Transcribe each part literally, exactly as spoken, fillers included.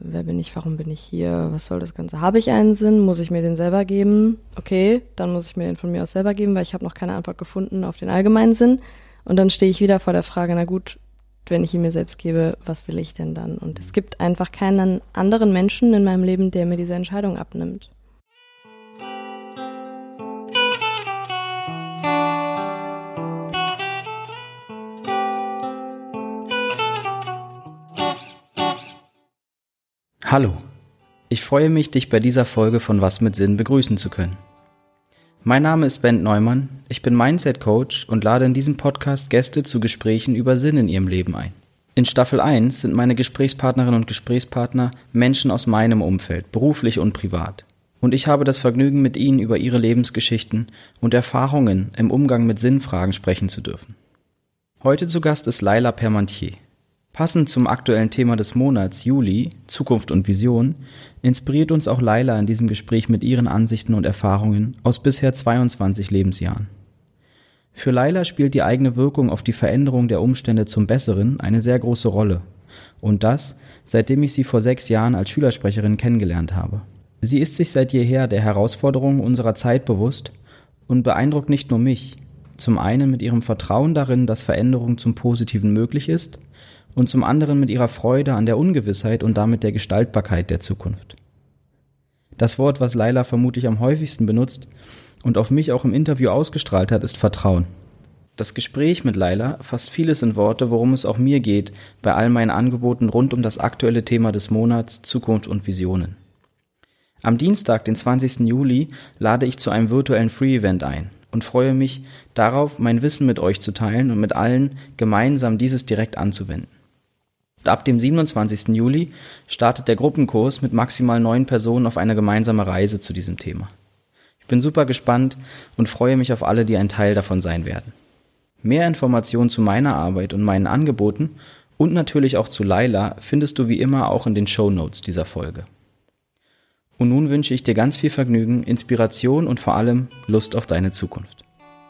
wer bin ich, warum bin ich hier, was soll das Ganze, habe ich einen Sinn, muss ich mir den selber geben? Okay, dann muss ich mir den von mir aus selber geben, weil ich habe noch keine Antwort gefunden auf den allgemeinen Sinn. Und dann stehe ich wieder vor der Frage, na gut, wenn ich ihn mir selbst gebe, was will ich denn dann? Und es gibt einfach keinen anderen Menschen in meinem Leben, der mir diese Entscheidung abnimmt. Hallo, ich freue mich, dich bei dieser Folge von Was mit Sinn begrüßen zu können. Mein Name ist Bent Neumann, ich bin Mindset-Coach und lade in diesem Podcast Gäste zu Gesprächen über Sinn in ihrem Leben ein. In Staffel eins sind meine Gesprächspartnerinnen und Gesprächspartner Menschen aus meinem Umfeld, beruflich und privat. Und ich habe das Vergnügen, mit ihnen über ihre Lebensgeschichten und Erfahrungen im Umgang mit Sinnfragen sprechen zu dürfen. Heute zu Gast ist Laila Permantier. Passend zum aktuellen Thema des Monats, Juli, Zukunft und Vision, inspiriert uns auch Laila in diesem Gespräch mit ihren Ansichten und Erfahrungen aus bisher zweiundzwanzig Lebensjahren. Für Laila spielt die eigene Wirkung auf die Veränderung der Umstände zum Besseren eine sehr große Rolle. Und das, seitdem ich sie vor sechs Jahren als Schülersprecherin kennengelernt habe. Sie ist sich seit jeher der Herausforderungen unserer Zeit bewusst und beeindruckt nicht nur mich, zum einen mit ihrem Vertrauen darin, dass Veränderung zum Positiven möglich ist, und zum anderen mit ihrer Freude an der Ungewissheit und damit der Gestaltbarkeit der Zukunft. Das Wort, was Laila vermutlich am häufigsten benutzt und auf mich auch im Interview ausgestrahlt hat, ist Vertrauen. Das Gespräch mit Laila fasst vieles in Worte, worum es auch mir geht, bei all meinen Angeboten rund um das aktuelle Thema des Monats Zukunft und Visionen. Am Dienstag, den zwanzigsten Juli, lade ich zu einem virtuellen Free-Event ein und freue mich darauf, mein Wissen mit euch zu teilen und mit allen gemeinsam dieses direkt anzuwenden. Ab dem siebenundzwanzigsten Juli startet der Gruppenkurs mit maximal neun Personen auf eine gemeinsame Reise zu diesem Thema. Ich bin super gespannt und freue mich auf alle, die ein Teil davon sein werden. Mehr Informationen zu meiner Arbeit und meinen Angeboten und natürlich auch zu Laila findest du wie immer auch in den Shownotes dieser Folge. Und nun wünsche ich dir ganz viel Vergnügen, Inspiration und vor allem Lust auf deine Zukunft.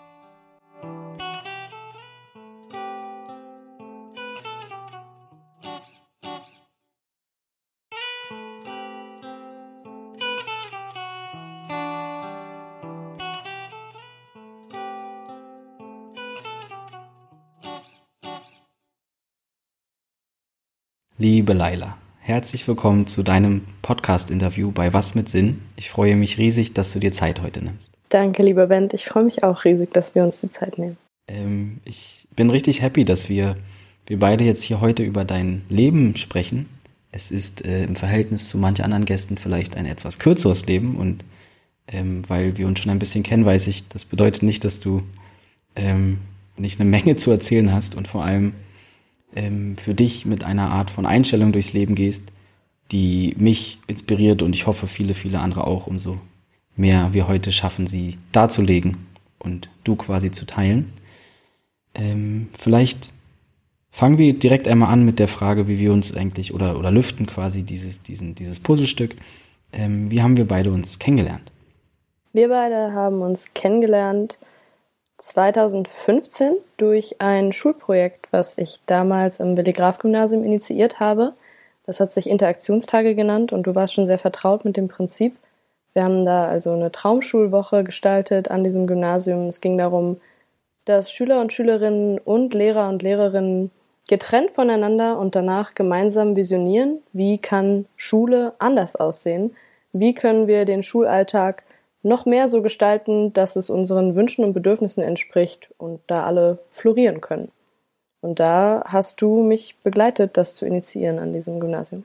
Liebe Laila, herzlich willkommen zu deinem Podcast-Interview bei Was mit Sinn. Ich freue mich riesig, dass du dir Zeit heute nimmst. Danke, lieber Bent. Ich freue mich auch riesig, dass wir uns die Zeit nehmen. Ähm, ich bin richtig happy, dass wir, wir beide jetzt hier heute über dein Leben sprechen. Es ist äh, im Verhältnis zu manchen anderen Gästen vielleicht ein etwas kürzeres Leben und ähm, weil wir uns schon ein bisschen kennen, weiß ich, das bedeutet nicht, dass du ähm, nicht eine Menge zu erzählen hast und vor allem ähm, für dich mit einer Art von Einstellung durchs Leben gehst, die mich inspiriert und ich hoffe viele, viele andere auch, umso mehr wir heute schaffen, sie darzulegen und du quasi zu teilen. Ähm, vielleicht fangen wir direkt einmal an mit der Frage, wie wir uns eigentlich oder oder lüften quasi dieses diesen dieses Puzzlestück. Ähm, wie haben wir beide uns kennengelernt? Wir beide haben uns kennengelernt zweitausendfünfzehn durch ein Schulprojekt, was ich damals im Willi-Graf-Gymnasium initiiert habe. Das hat sich Interaktionstage genannt und du warst schon sehr vertraut mit dem Prinzip. Wir haben da also eine Traumschulwoche gestaltet an diesem Gymnasium. Es ging darum, dass Schüler und Schülerinnen und Lehrer und Lehrerinnen getrennt voneinander und danach gemeinsam visionieren, wie kann Schule anders aussehen, wie können wir den Schulalltag noch mehr so gestalten, dass es unseren Wünschen und Bedürfnissen entspricht und da alle florieren können. Und da hast du mich begleitet, das zu initiieren an diesem Gymnasium.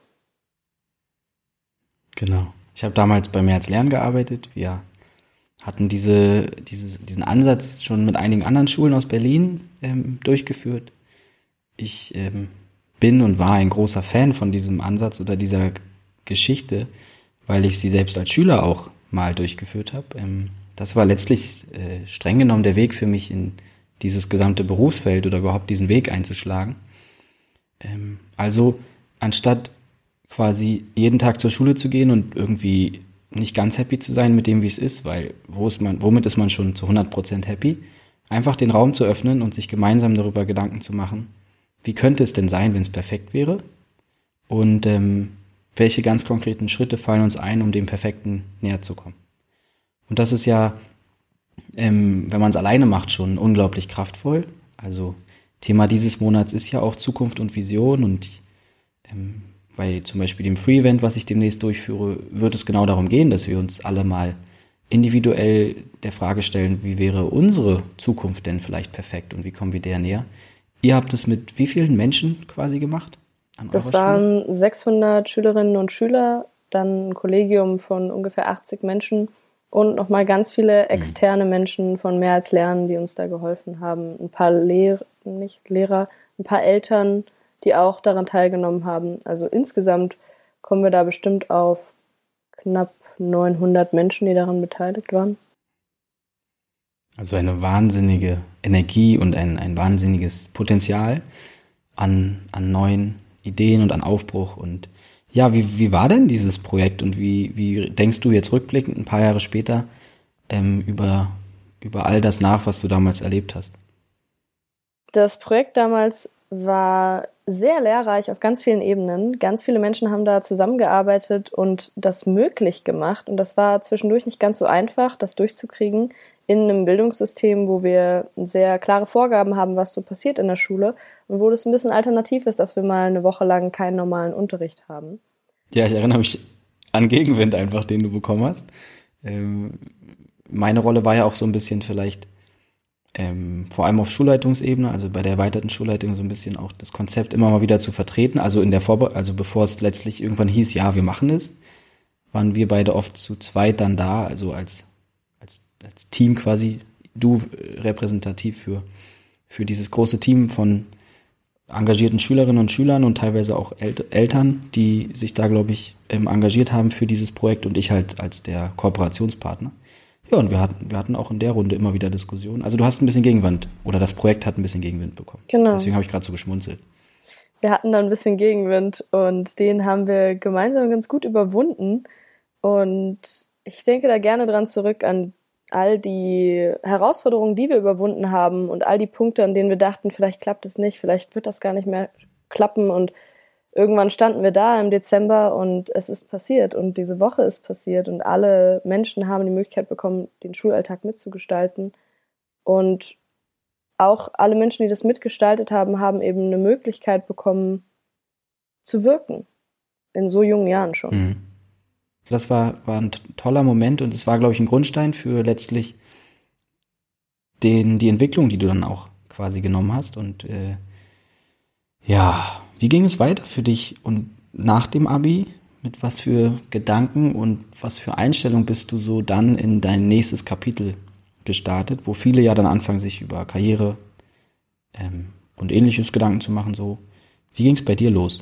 Genau. Ich habe damals bei Mehr als Lernen gearbeitet. Wir hatten diese, dieses, diesen Ansatz schon mit einigen anderen Schulen aus Berlin ähm, durchgeführt. Ich ähm, bin und war ein großer Fan von diesem Ansatz oder dieser Geschichte, weil ich sie selbst als Schüler auch mal durchgeführt habe. Ähm, das war letztlich äh, streng genommen der Weg für mich in dieses gesamte Berufsfeld oder überhaupt diesen Weg einzuschlagen. Ähm, also anstatt quasi jeden Tag zur Schule zu gehen und irgendwie nicht ganz happy zu sein mit dem, wie es ist, weil wo ist man, womit ist man schon zu hundert Prozent happy, einfach den Raum zu öffnen und sich gemeinsam darüber Gedanken zu machen, wie könnte es denn sein, wenn es perfekt wäre? Und ähm, welche ganz konkreten Schritte fallen uns ein, um dem Perfekten näher zu kommen. Und das ist ja, ähm, wenn man es alleine macht, schon unglaublich kraftvoll. Also Thema dieses Monats ist ja auch Zukunft und Vision und ähm, bei zum Beispiel dem Free-Event, was ich demnächst durchführe, wird es genau darum gehen, dass wir uns alle mal individuell der Frage stellen, wie wäre unsere Zukunft denn vielleicht perfekt und wie kommen wir der näher? Ihr habt es mit wie vielen Menschen quasi gemacht? An Das eurer waren Schule? sechshundert Schülerinnen und Schüler, dann ein Kollegium von ungefähr achtzig Menschen und nochmal ganz viele externe Menschen von mehr als Lernen, die uns da geholfen haben. Ein paar Lehr- nicht Lehrer, ein paar Eltern, die auch daran teilgenommen haben. Also insgesamt kommen wir da bestimmt auf knapp neunhundert Menschen, die daran beteiligt waren. Also eine wahnsinnige Energie und ein, ein wahnsinniges Potenzial an, an neuen Ideen und an Aufbruch. Und ja, wie, wie war denn dieses Projekt und wie, wie denkst du jetzt rückblickend ein paar Jahre später ähm, über, über all das nach, was du damals erlebt hast? Das Projekt damals war sehr lehrreich auf ganz vielen Ebenen. Ganz viele Menschen haben da zusammengearbeitet und das möglich gemacht. Und das war zwischendurch nicht ganz so einfach, das durchzukriegen in einem Bildungssystem, wo wir sehr klare Vorgaben haben, was so passiert in der Schule und wo das ein bisschen alternativ ist, dass wir mal eine Woche lang keinen normalen Unterricht haben. Ja, ich erinnere mich an Gegenwind einfach, den du bekommen hast. Ähm, meine Rolle war ja auch so ein bisschen vielleicht Ähm, vor allem auf Schulleitungsebene, also bei der erweiterten Schulleitung so ein bisschen auch das Konzept immer mal wieder zu vertreten. Also in der Vorbe- also bevor es letztlich irgendwann hieß, ja, wir machen es, waren wir beide oft zu zweit dann da, also als als, als Team quasi, du äh, repräsentativ für für dieses große Team von engagierten Schülerinnen und Schülern und teilweise auch El- Eltern, die sich da, glaube ich, ähm, engagiert haben für dieses Projekt und ich halt als der Kooperationspartner. Ja, und wir hatten, wir hatten auch in der Runde immer wieder Diskussionen. Also du hast ein bisschen Gegenwind oder das Projekt hat ein bisschen Gegenwind bekommen. Genau. Deswegen habe ich gerade so geschmunzelt. Wir hatten da ein bisschen Gegenwind und den haben wir gemeinsam ganz gut überwunden. Und ich denke da gerne dran zurück an all die Herausforderungen, die wir überwunden haben und all die Punkte, an denen wir dachten, vielleicht klappt es nicht, vielleicht wird das gar nicht mehr klappen. Und irgendwann standen wir da im Dezember und es ist passiert und diese Woche ist passiert und alle Menschen haben die Möglichkeit bekommen, den Schulalltag mitzugestalten. Und auch alle Menschen, die das mitgestaltet haben, haben eben eine Möglichkeit bekommen, zu wirken. In so jungen Jahren schon. Mhm. Das war, war ein toller Moment und es war, glaube ich, ein Grundstein für letztlich den, die Entwicklung, die du dann auch quasi genommen hast. Und äh, ja, wie ging es weiter für dich und nach dem Abi? Mit was für Gedanken und was für Einstellung bist du so dann in dein nächstes Kapitel gestartet, wo viele ja dann anfangen, sich über Karriere ähm, und ähnliches Gedanken zu machen. So, wie ging es bei dir los?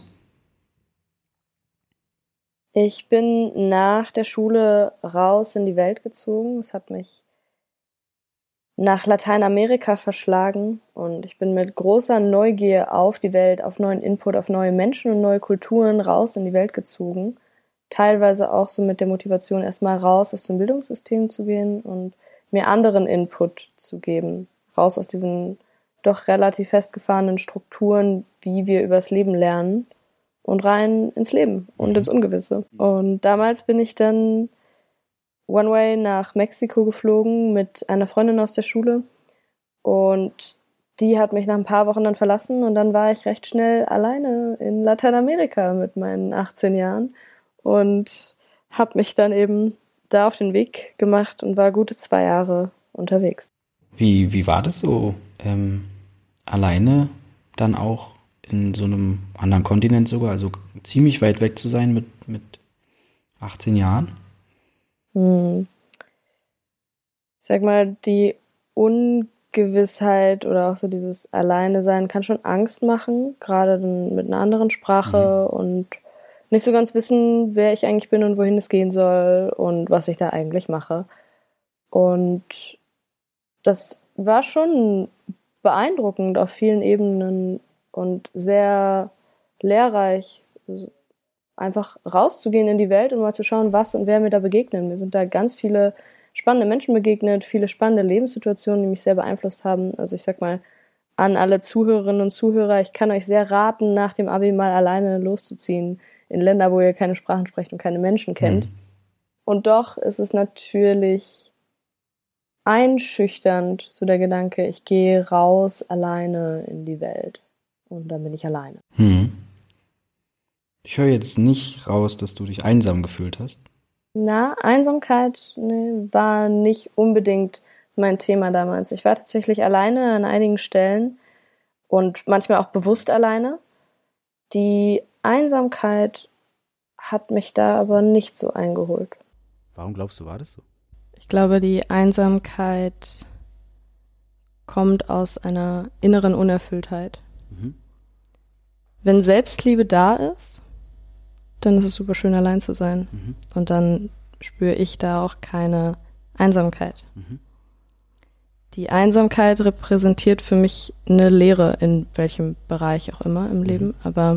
Ich bin nach der Schule raus in die Welt gezogen. Es hat mich nach Lateinamerika verschlagen und ich bin mit großer Neugier auf die Welt, auf neuen Input, auf neue Menschen und neue Kulturen raus in die Welt gezogen. Teilweise auch so mit der Motivation, erstmal raus aus dem Bildungssystem zu gehen und mir anderen Input zu geben. Raus aus diesen doch relativ festgefahrenen Strukturen, wie wir übers Leben lernen und rein ins Leben und ins Ungewisse. Und damals bin ich dann One-Way nach Mexiko geflogen mit einer Freundin aus der Schule und die hat mich nach ein paar Wochen dann verlassen und dann war ich recht schnell alleine in Lateinamerika mit meinen achtzehn Jahren und habe mich dann eben da auf den Weg gemacht und war gute zwei Jahre unterwegs. Wie, wie war das so, ähm, alleine dann auch in so einem anderen Kontinent sogar, also ziemlich weit weg zu sein mit, mit achtzehn Jahren? Hm. Ich sag mal, die Ungewissheit oder auch so dieses Alleine-Sein kann schon Angst machen, gerade dann mit einer anderen Sprache mhm. und nicht so ganz wissen, wer ich eigentlich bin und wohin es gehen soll und was ich da eigentlich mache. Und das war schon beeindruckend auf vielen Ebenen und sehr lehrreich, einfach rauszugehen in die Welt und mal zu schauen, was und wer mir da begegnet. Mir sind da ganz viele spannende Menschen begegnet, viele spannende Lebenssituationen, die mich sehr beeinflusst haben. Also ich sag mal, an alle Zuhörerinnen und Zuhörer, ich kann euch sehr raten, nach dem Abi mal alleine loszuziehen, in Länder, wo ihr keine Sprachen sprecht und keine Menschen kennt. Mhm. Und doch ist es natürlich einschüchternd, so der Gedanke, ich gehe raus alleine in die Welt. Und dann bin ich alleine. Mhm. Ich höre jetzt nicht raus, dass du dich einsam gefühlt hast. Na, Einsamkeit nee, war nicht unbedingt mein Thema damals. Ich war tatsächlich alleine an einigen Stellen und manchmal auch bewusst alleine. Die Einsamkeit hat mich da aber nicht so eingeholt. Warum glaubst du, war das so? Ich glaube, die Einsamkeit kommt aus einer inneren Unerfülltheit. Mhm. Wenn Selbstliebe da ist, dann ist es super schön, allein zu sein. Mhm. Und dann spüre ich da auch keine Einsamkeit. Mhm. Die Einsamkeit repräsentiert für mich eine Leere, in welchem Bereich auch immer im mhm. Leben, aber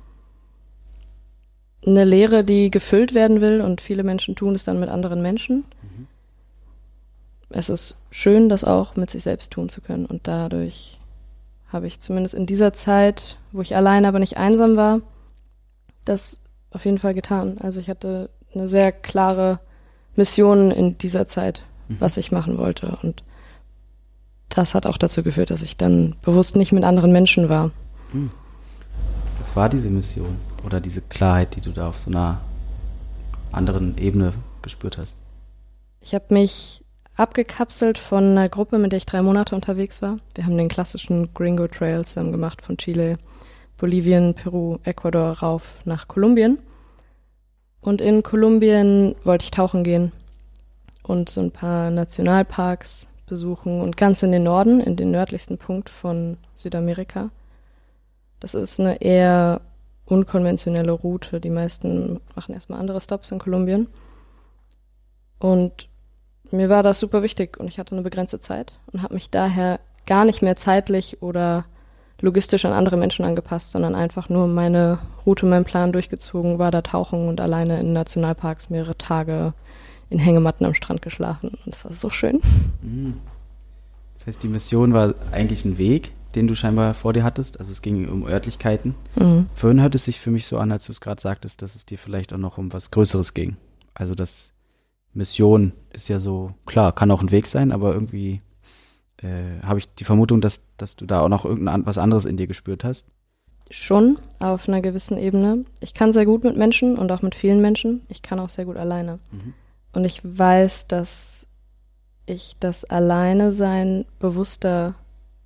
eine Leere, die gefüllt werden will, und viele Menschen tun es dann mit anderen Menschen. Mhm. Es ist schön, das auch mit sich selbst tun zu können, und dadurch habe ich zumindest in dieser Zeit, wo ich allein, aber nicht einsam war, das auf jeden Fall getan. Also ich hatte eine sehr klare Mission in dieser Zeit, mhm. was ich machen wollte, und das hat auch dazu geführt, dass ich dann bewusst nicht mit anderen Menschen war. Mhm. Was war diese Mission oder diese Klarheit, die du da auf so einer anderen Ebene gespürt hast? Ich habe mich abgekapselt von einer Gruppe, mit der ich drei Monate unterwegs war. Wir haben den klassischen Gringo Trail zusammen gemacht, von Chile, Bolivien, Peru, Ecuador rauf nach Kolumbien. Und in Kolumbien wollte ich tauchen gehen und so ein paar Nationalparks besuchen und ganz in den Norden, in den nördlichsten Punkt von Südamerika. Das ist eine eher unkonventionelle Route. Die meisten machen erstmal andere Stops in Kolumbien. Und mir war das super wichtig und ich hatte eine begrenzte Zeit und habe mich daher gar nicht mehr zeitlich oder logistisch an andere Menschen angepasst, sondern einfach nur meine Route, meinen Plan durchgezogen, war da tauchen und alleine in Nationalparks mehrere Tage in Hängematten am Strand geschlafen. Und das war so schön. Das heißt, die Mission war eigentlich ein Weg, den du scheinbar vor dir hattest. Also es ging um Örtlichkeiten. Mhm. Vorhin hört es sich für mich so an, als du es gerade sagtest, dass es dir vielleicht auch noch um was Größeres ging. Also das Mission ist ja so, klar, kann auch ein Weg sein, aber irgendwie äh, habe ich die Vermutung, dass, dass du da auch noch irgendwas anderes in dir gespürt hast. Schon, auf einer gewissen Ebene. Ich kann sehr gut mit Menschen und auch mit vielen Menschen. Ich kann auch sehr gut alleine. Mhm. Und ich weiß, dass ich das Alleine-Sein bewusster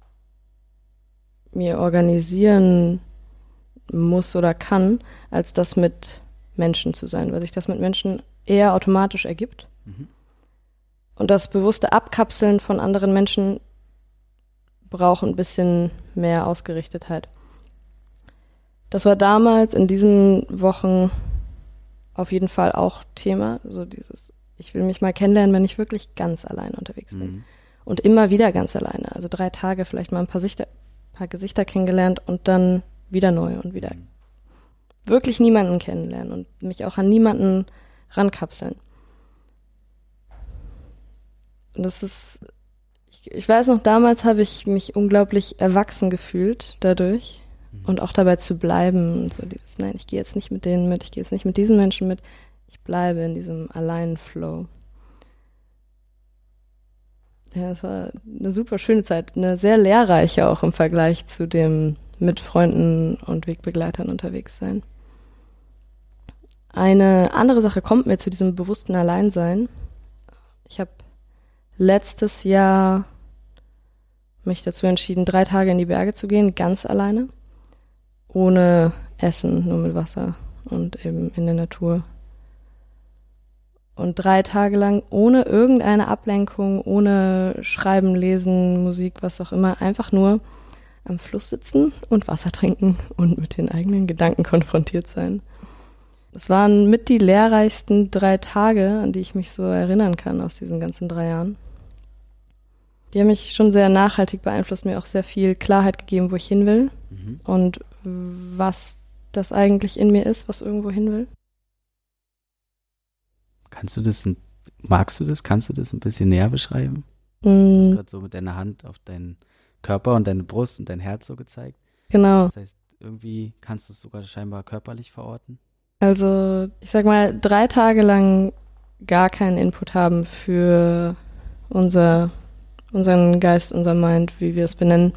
mir organisieren muss oder kann, als das mit Menschen zu sein, weil sich das mit Menschen eher automatisch ergibt. Mhm. Und das bewusste Abkapseln von anderen Menschen braucht ein bisschen mehr Ausgerichtetheit. Das war damals in diesen Wochen auf jeden Fall auch Thema, so dieses, ich will mich mal kennenlernen, wenn ich wirklich ganz alleine unterwegs bin. Mhm. Und immer wieder ganz alleine, also drei Tage vielleicht mal ein paar, Sichter, paar Gesichter kennengelernt und dann wieder neu und wieder mhm. wirklich niemanden kennenlernen und mich auch an niemanden rankapseln. Und das ist, ich, ich weiß noch, damals habe ich mich unglaublich erwachsen gefühlt dadurch mhm. und auch dabei zu bleiben und so dieses, nein, ich gehe jetzt nicht mit denen mit, ich gehe jetzt nicht mit diesen Menschen mit, ich bleibe in diesem Allein-Flow. Ja, es war eine super schöne Zeit, eine sehr lehrreiche auch im Vergleich zu dem mit Freunden und Wegbegleitern unterwegs sein. Eine andere Sache kommt mir zu diesem bewussten Alleinsein. Ich habe letztes Jahr mich dazu entschieden, drei Tage in die Berge zu gehen, ganz alleine, ohne Essen, nur mit Wasser und eben in der Natur. Und drei Tage lang ohne irgendeine Ablenkung, ohne Schreiben, Lesen, Musik, was auch immer, einfach nur am Fluss sitzen und Wasser trinken und mit den eigenen Gedanken konfrontiert sein. Es waren mit die lehrreichsten drei Tage, an die ich mich so erinnern kann aus diesen ganzen drei Jahren. Die haben mich schon sehr nachhaltig beeinflusst, mir auch sehr viel Klarheit gegeben, wo ich hin will mhm. und was das eigentlich in mir ist, was irgendwo hin will. Kannst du das, magst du das, kannst du das ein bisschen näher beschreiben? Mm. Du hast gerade so mit deiner Hand auf deinen Körper und deine Brust und dein Herz so gezeigt. Genau. Das heißt, irgendwie kannst du es sogar scheinbar körperlich verorten? Also ich sag mal, drei Tage lang gar keinen Input haben für unser, unseren Geist, unser Mind, wie wir es benennen.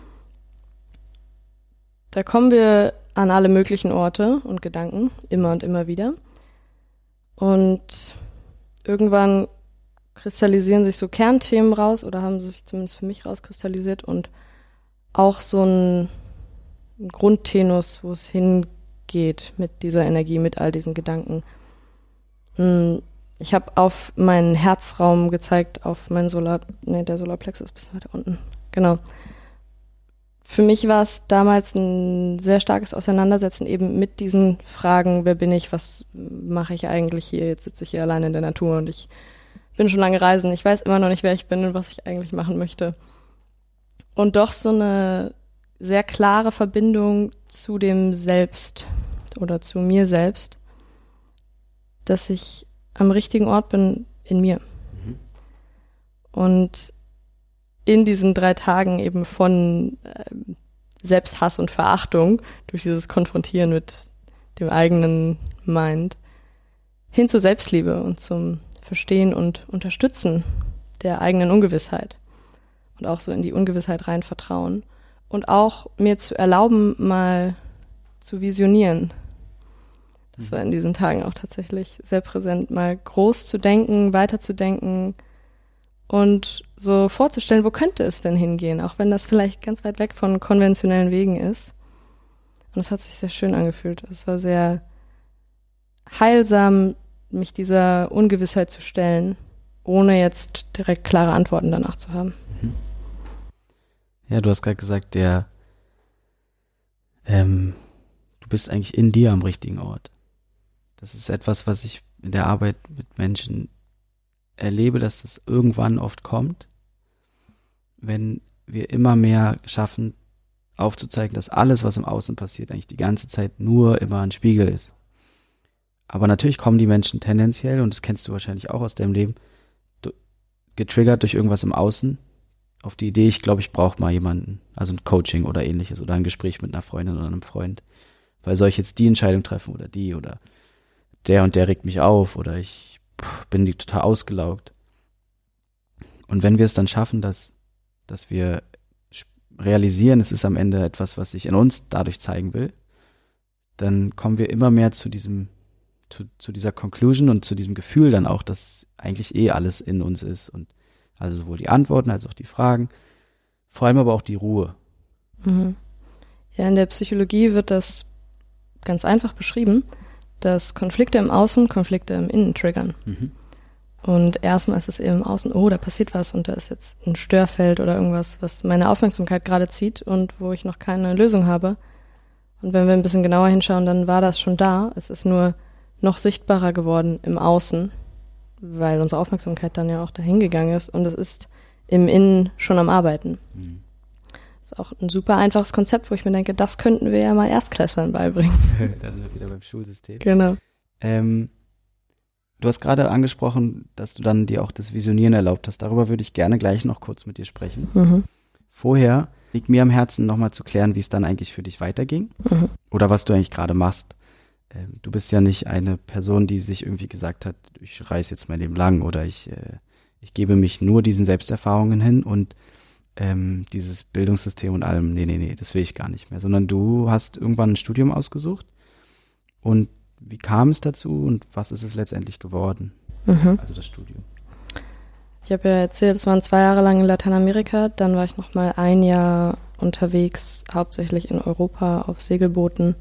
Da kommen wir an alle möglichen Orte und Gedanken, immer und immer wieder. Und irgendwann kristallisieren sich so Kernthemen raus oder haben sich zumindest für mich rauskristallisiert und auch so ein, ein Grundtenus, wo es hingeht mit dieser Energie, mit all diesen Gedanken. Ich habe auf meinen Herzraum gezeigt, auf meinen Solar, nee, der Solarplexus ist ein bisschen weiter unten, genau. Für mich war es damals ein sehr starkes Auseinandersetzen eben mit diesen Fragen, wer bin ich, was mache ich eigentlich hier, jetzt sitze ich hier allein in der Natur und ich bin schon lange reisen, ich weiß immer noch nicht, wer ich bin und was ich eigentlich machen möchte. Und doch so eine sehr klare Verbindung zu dem Selbst oder zu mir selbst, dass ich am richtigen Ort bin in mir. Mhm. Und in diesen drei Tagen eben von äh, Selbsthass und Verachtung durch dieses Konfrontieren mit dem eigenen Mind hin zur Selbstliebe und zum Verstehen und Unterstützen der eigenen Ungewissheit und auch so in die Ungewissheit rein vertrauen und auch mir zu erlauben, mal zu visionieren. Das war in diesen Tagen auch tatsächlich sehr präsent, mal groß zu denken, weiter zu denken, und so vorzustellen, wo könnte es denn hingehen, auch wenn das vielleicht ganz weit weg von konventionellen Wegen ist. Und es hat sich sehr schön angefühlt. Es war sehr heilsam, mich dieser Ungewissheit zu stellen, ohne jetzt direkt klare Antworten danach zu haben. Ja, du hast gerade gesagt, der ähm, du bist eigentlich in dir am richtigen Ort. Das ist etwas, was ich in der Arbeit mit Menschen erlebe, dass das irgendwann oft kommt, wenn wir immer mehr schaffen, aufzuzeigen, dass alles, was im Außen passiert, eigentlich die ganze Zeit nur immer ein Spiegel ist. Aber natürlich kommen die Menschen tendenziell, und das kennst du wahrscheinlich auch aus deinem Leben, getriggert durch irgendwas im Außen, auf die Idee, ich glaube, ich brauche mal jemanden, also ein Coaching oder ähnliches oder ein Gespräch mit einer Freundin oder einem Freund, weil soll ich jetzt die Entscheidung treffen oder die oder der und der regt mich auf oder ich bin die total ausgelaugt. Und wenn wir es dann schaffen, dass, dass wir realisieren, es ist am Ende etwas, was sich in uns dadurch zeigen will, dann kommen wir immer mehr zu diesem, zu, zu dieser Conclusion und zu diesem Gefühl dann auch, dass eigentlich eh alles in uns ist und also sowohl die Antworten als auch die Fragen, vor allem aber auch die Ruhe. Mhm. Ja, in der Psychologie wird das ganz einfach beschrieben, dass Konflikte im Außen Konflikte im Innen triggern. Mhm. Und erstmal ist es eben im Außen, oh, da passiert was und da ist jetzt ein Störfeld oder irgendwas, was meine Aufmerksamkeit gerade zieht und wo ich noch keine Lösung habe. Und wenn wir ein bisschen genauer hinschauen, dann war das schon da. Es ist nur noch sichtbarer geworden im Außen, weil unsere Aufmerksamkeit dann ja auch dahin gegangen ist und es ist im Innen schon am Arbeiten. Mhm. Das ist auch ein super einfaches Konzept, wo ich mir denke, das könnten wir ja mal Erstklässlern beibringen. Da sind wir wieder beim Schulsystem. Genau. Ähm, du hast gerade angesprochen, dass du dann dir auch das Visionieren erlaubt hast. Darüber würde ich gerne gleich noch kurz mit dir sprechen. Mhm. Vorher liegt mir am Herzen, nochmal zu klären, wie es dann eigentlich für dich weiterging mhm. oder was du eigentlich gerade machst. Ähm, du bist ja nicht eine Person, die sich irgendwie gesagt hat, ich reise jetzt mein Leben lang oder ich, äh, ich gebe mich nur diesen Selbsterfahrungen hin und Ähm, dieses Bildungssystem und allem, nee, nee, nee, das will ich gar nicht mehr, sondern du hast irgendwann ein Studium ausgesucht und wie kam es dazu und was ist es letztendlich geworden, mhm. also das Studium? Ich habe ja erzählt, es waren zwei Jahre lang in Lateinamerika, dann war ich noch mal ein Jahr unterwegs, hauptsächlich in Europa auf Segelbooten.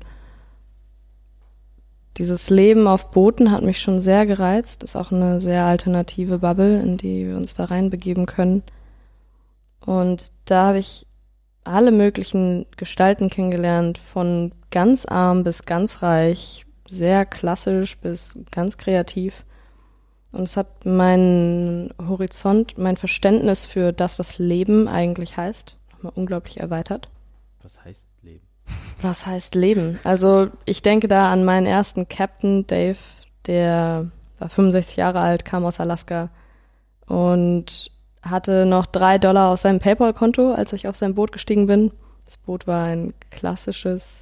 Dieses Leben auf Booten hat mich schon sehr gereizt, ist auch eine sehr alternative Bubble, in die wir uns da reinbegeben können. Und da habe ich alle möglichen Gestalten kennengelernt, von ganz arm bis ganz reich, sehr klassisch bis ganz kreativ. Und es hat meinen Horizont, mein Verständnis für das, was Leben eigentlich heißt, nochmal unglaublich erweitert. Was heißt Leben? Was heißt Leben? Also ich denke da an meinen ersten Captain, Dave, der war fünfundsechzig Jahre alt, kam aus Alaska und hatte noch drei Dollar auf seinem PayPal-Konto, als ich auf sein Boot gestiegen bin. Das Boot war ein klassisches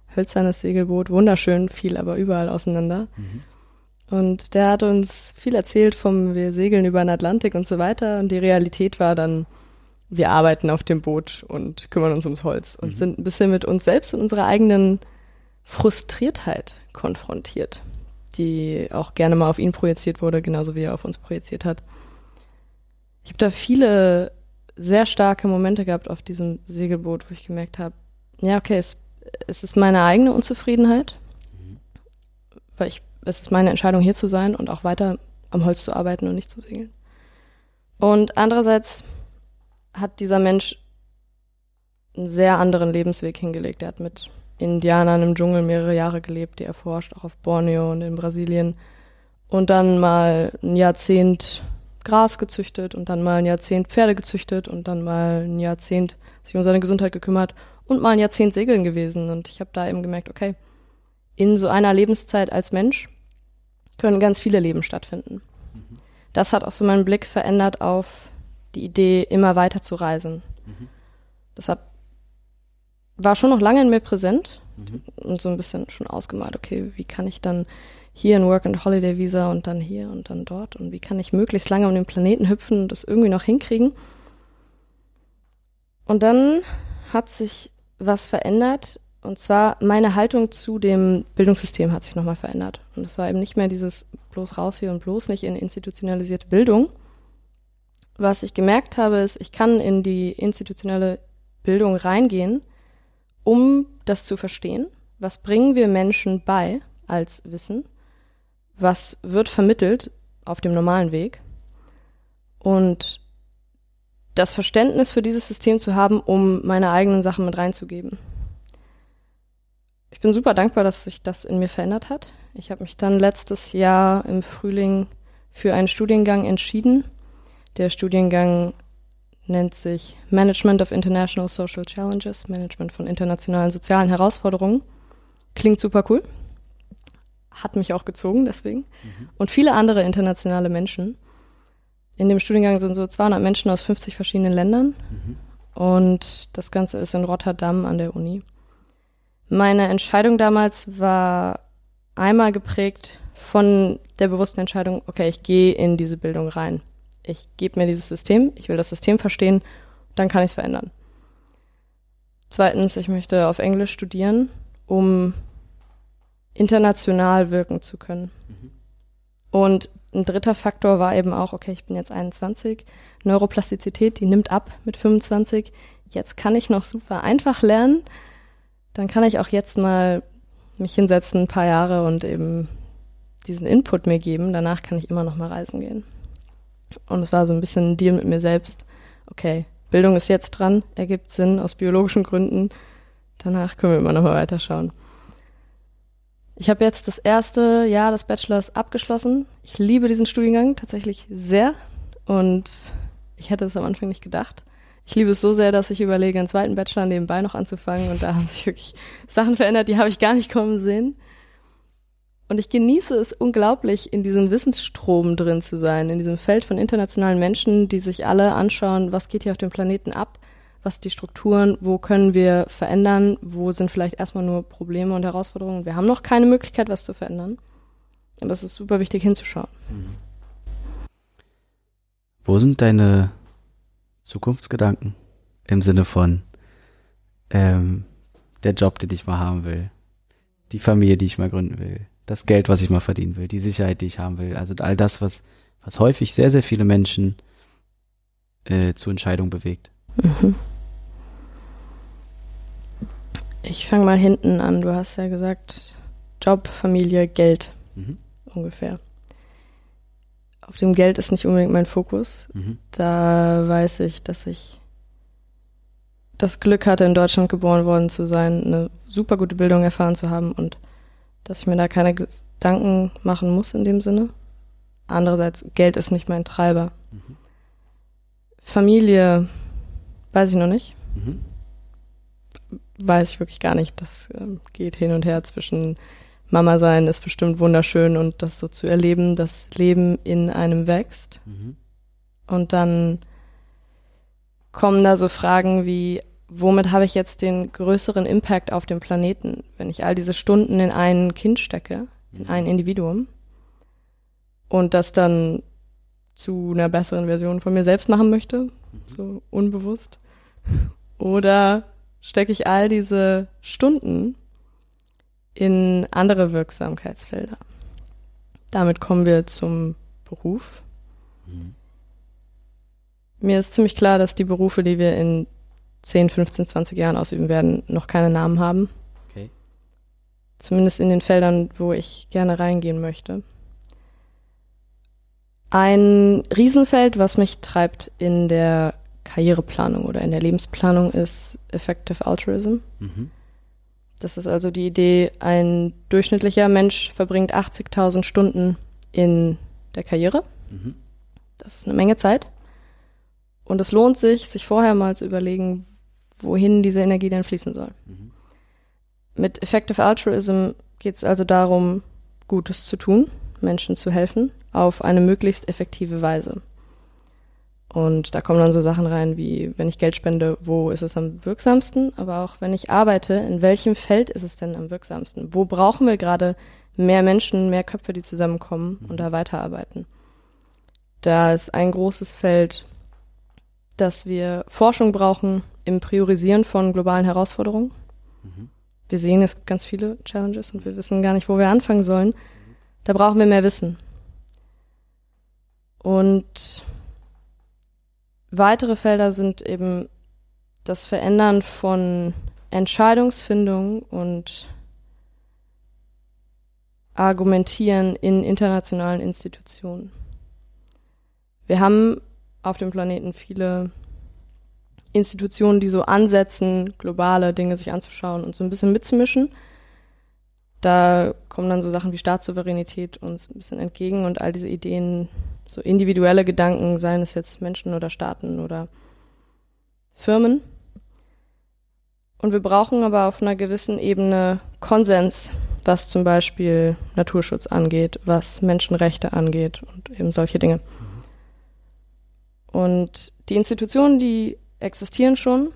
hölzernes Segelboot, wunderschön, fiel aber überall auseinander. Mhm. Und der hat uns viel erzählt vom, wir segeln über den Atlantik und so weiter. Und die Realität war dann, wir arbeiten auf dem Boot und kümmern uns ums Holz und mhm. sind ein bisschen mit uns selbst und unserer eigenen Frustriertheit konfrontiert, die auch gerne mal auf ihn projiziert wurde, genauso wie er auf uns projiziert hat. Ich habe da viele sehr starke Momente gehabt auf diesem Segelboot, wo ich gemerkt habe, ja, okay, es, es ist meine eigene Unzufriedenheit, mhm. weil ich, es ist meine Entscheidung, hier zu sein und auch weiter am Holz zu arbeiten und nicht zu segeln. Und andererseits hat dieser Mensch einen sehr anderen Lebensweg hingelegt. Er hat mit Indianern im Dschungel mehrere Jahre gelebt, die erforscht, auch auf Borneo und in Brasilien. Und dann mal ein Jahrzehnt Gras gezüchtet und dann mal ein Jahrzehnt Pferde gezüchtet und dann mal ein Jahrzehnt sich um seine Gesundheit gekümmert und mal ein Jahrzehnt segeln gewesen. Und ich habe da eben gemerkt, okay, in so einer Lebenszeit als Mensch können ganz viele Leben stattfinden. Mhm. Das hat auch so meinen Blick verändert auf die Idee, immer weiter zu reisen. Mhm. Das hat war schon noch lange in mir präsent mhm. und so ein bisschen schon ausgemalt, okay, wie kann ich dann hier ein Work-and-Holiday-Visa und dann hier und dann dort und wie kann ich möglichst lange um den Planeten hüpfen und das irgendwie noch hinkriegen. Und dann hat sich was verändert und zwar meine Haltung zu dem Bildungssystem hat sich nochmal verändert. Und es war eben nicht mehr dieses bloß raus hier und bloß nicht in institutionalisierte Bildung. Was ich gemerkt habe, ist, ich kann in die institutionelle Bildung reingehen, um das zu verstehen. Was bringen wir Menschen bei als Wissen? Was wird vermittelt auf dem normalen Weg? Und das Verständnis für dieses System zu haben, um meine eigenen Sachen mit reinzugeben. Ich bin super dankbar, dass sich das in mir verändert hat. Ich habe mich dann letztes Jahr im Frühling für einen Studiengang entschieden. Der Studiengang nennt sich Management of International Social Challenges, Management von internationalen sozialen Herausforderungen. Klingt super cool. Hat mich auch gezogen deswegen. Mhm. Und viele andere internationale Menschen. In dem Studiengang sind so zweihundert Menschen aus fünfzig verschiedenen Ländern. Mhm. Und das Ganze ist in Rotterdam an der Uni. Meine Entscheidung damals war einmal geprägt von der bewussten Entscheidung, okay, ich gehe in diese Bildung rein. Ich gebe mir dieses System, ich will das System verstehen, dann kann ich es verändern. Zweitens, ich möchte auf Englisch studieren, um international wirken zu können. Mhm. Und ein dritter Faktor war eben auch, okay, ich bin jetzt einundzwanzig, Neuroplastizität, die nimmt ab mit fünfundzwanzig, jetzt kann ich noch super einfach lernen, dann kann ich auch jetzt mal mich hinsetzen, ein paar Jahre und eben diesen Input mir geben, danach kann ich immer noch mal reisen gehen. Und es war so ein bisschen ein Deal mit mir selbst. Okay, Bildung ist jetzt dran, ergibt Sinn aus biologischen Gründen. Danach können wir immer noch mal weiterschauen. Ich habe jetzt das erste Jahr des Bachelors abgeschlossen. Ich liebe diesen Studiengang tatsächlich sehr und ich hätte es am Anfang nicht gedacht. Ich liebe es so sehr, dass ich überlege, einen zweiten Bachelor nebenbei noch anzufangen und da haben sich wirklich Sachen verändert, die habe ich gar nicht kommen sehen. Und ich genieße es unglaublich, in diesem Wissensstrom drin zu sein, in diesem Feld von internationalen Menschen, die sich alle anschauen, was geht hier auf dem Planeten ab, was sind die Strukturen, wo können wir verändern, wo sind vielleicht erstmal nur Probleme und Herausforderungen. Wir haben noch keine Möglichkeit, was zu verändern, aber es ist super wichtig hinzuschauen. Mhm. Wo sind deine Zukunftsgedanken im Sinne von ähm, der Job, den ich mal haben will, die Familie, die ich mal gründen will, das Geld, was ich mal verdienen will, die Sicherheit, die ich haben will. Also all das, was, was häufig sehr, sehr viele Menschen äh, zur Entscheidung bewegt. Mhm. Ich fange mal hinten an. Du hast ja gesagt, Job, Familie, Geld mhm. ungefähr. Auf dem Geld ist nicht unbedingt mein Fokus. Mhm. Da weiß ich, dass ich das Glück hatte, in Deutschland geboren worden zu sein, eine super gute Bildung erfahren zu haben und dass ich mir da keine Gedanken machen muss in dem Sinne. Andererseits, Geld ist nicht mein Treiber. Mhm. Familie, weiß ich noch nicht. Mhm. Weiß ich wirklich gar nicht. Das äh, geht hin und her zwischen Mama sein ist bestimmt wunderschön und das so zu erleben, dass Leben in einem wächst. Mhm. Und dann kommen da so Fragen wie, womit habe ich jetzt den größeren Impact auf den Planeten, wenn ich all diese Stunden in ein Kind stecke, in ein Individuum und das dann zu einer besseren Version von mir selbst machen möchte, mhm. so unbewusst. Oder stecke ich all diese Stunden in andere Wirksamkeitsfelder. Damit kommen wir zum Beruf. Mhm. Mir ist ziemlich klar, dass die Berufe, die wir in zehn, fünfzehn, zwanzig Jahren ausüben werden, noch keine Namen haben. Okay. Zumindest in den Feldern, wo ich gerne reingehen möchte. Ein Riesenfeld, was mich treibt in der Karriereplanung oder in der Lebensplanung, ist Effective Altruism. Mhm. Das ist also die Idee, ein durchschnittlicher Mensch verbringt achtzigtausend Stunden in der Karriere. Mhm. Das ist eine Menge Zeit. Und es lohnt sich, sich vorher mal zu überlegen, wohin diese Energie denn fließen soll. Mhm. Mit Effective Altruism geht es also darum, Gutes zu tun, Menschen zu helfen, auf eine möglichst effektive Weise. Und da kommen dann so Sachen rein wie, wenn ich Geld spende, wo ist es am wirksamsten? Aber auch, wenn ich arbeite, in welchem Feld ist es denn am wirksamsten? Wo brauchen wir gerade mehr Menschen, mehr Köpfe, die zusammenkommen und da weiterarbeiten? Da ist ein großes Feld, dass wir Forschung brauchen im Priorisieren von globalen Herausforderungen. Mhm. Wir sehen, es gibt ganz viele Challenges und wir wissen gar nicht, wo wir anfangen sollen. Da brauchen wir mehr Wissen. Und weitere Felder sind eben das Verändern von Entscheidungsfindung und Argumentieren in internationalen Institutionen. Wir haben auf dem Planeten viele Institutionen, die so ansetzen, globale Dinge sich anzuschauen und so ein bisschen mitzumischen. Da kommen dann so Sachen wie Staatssouveränität uns ein bisschen entgegen und all diese Ideen, so individuelle Gedanken, seien es jetzt Menschen oder Staaten oder Firmen. Und wir brauchen aber auf einer gewissen Ebene Konsens, was zum Beispiel Naturschutz angeht, was Menschenrechte angeht und eben solche Dinge. Und die Institutionen, die existieren schon.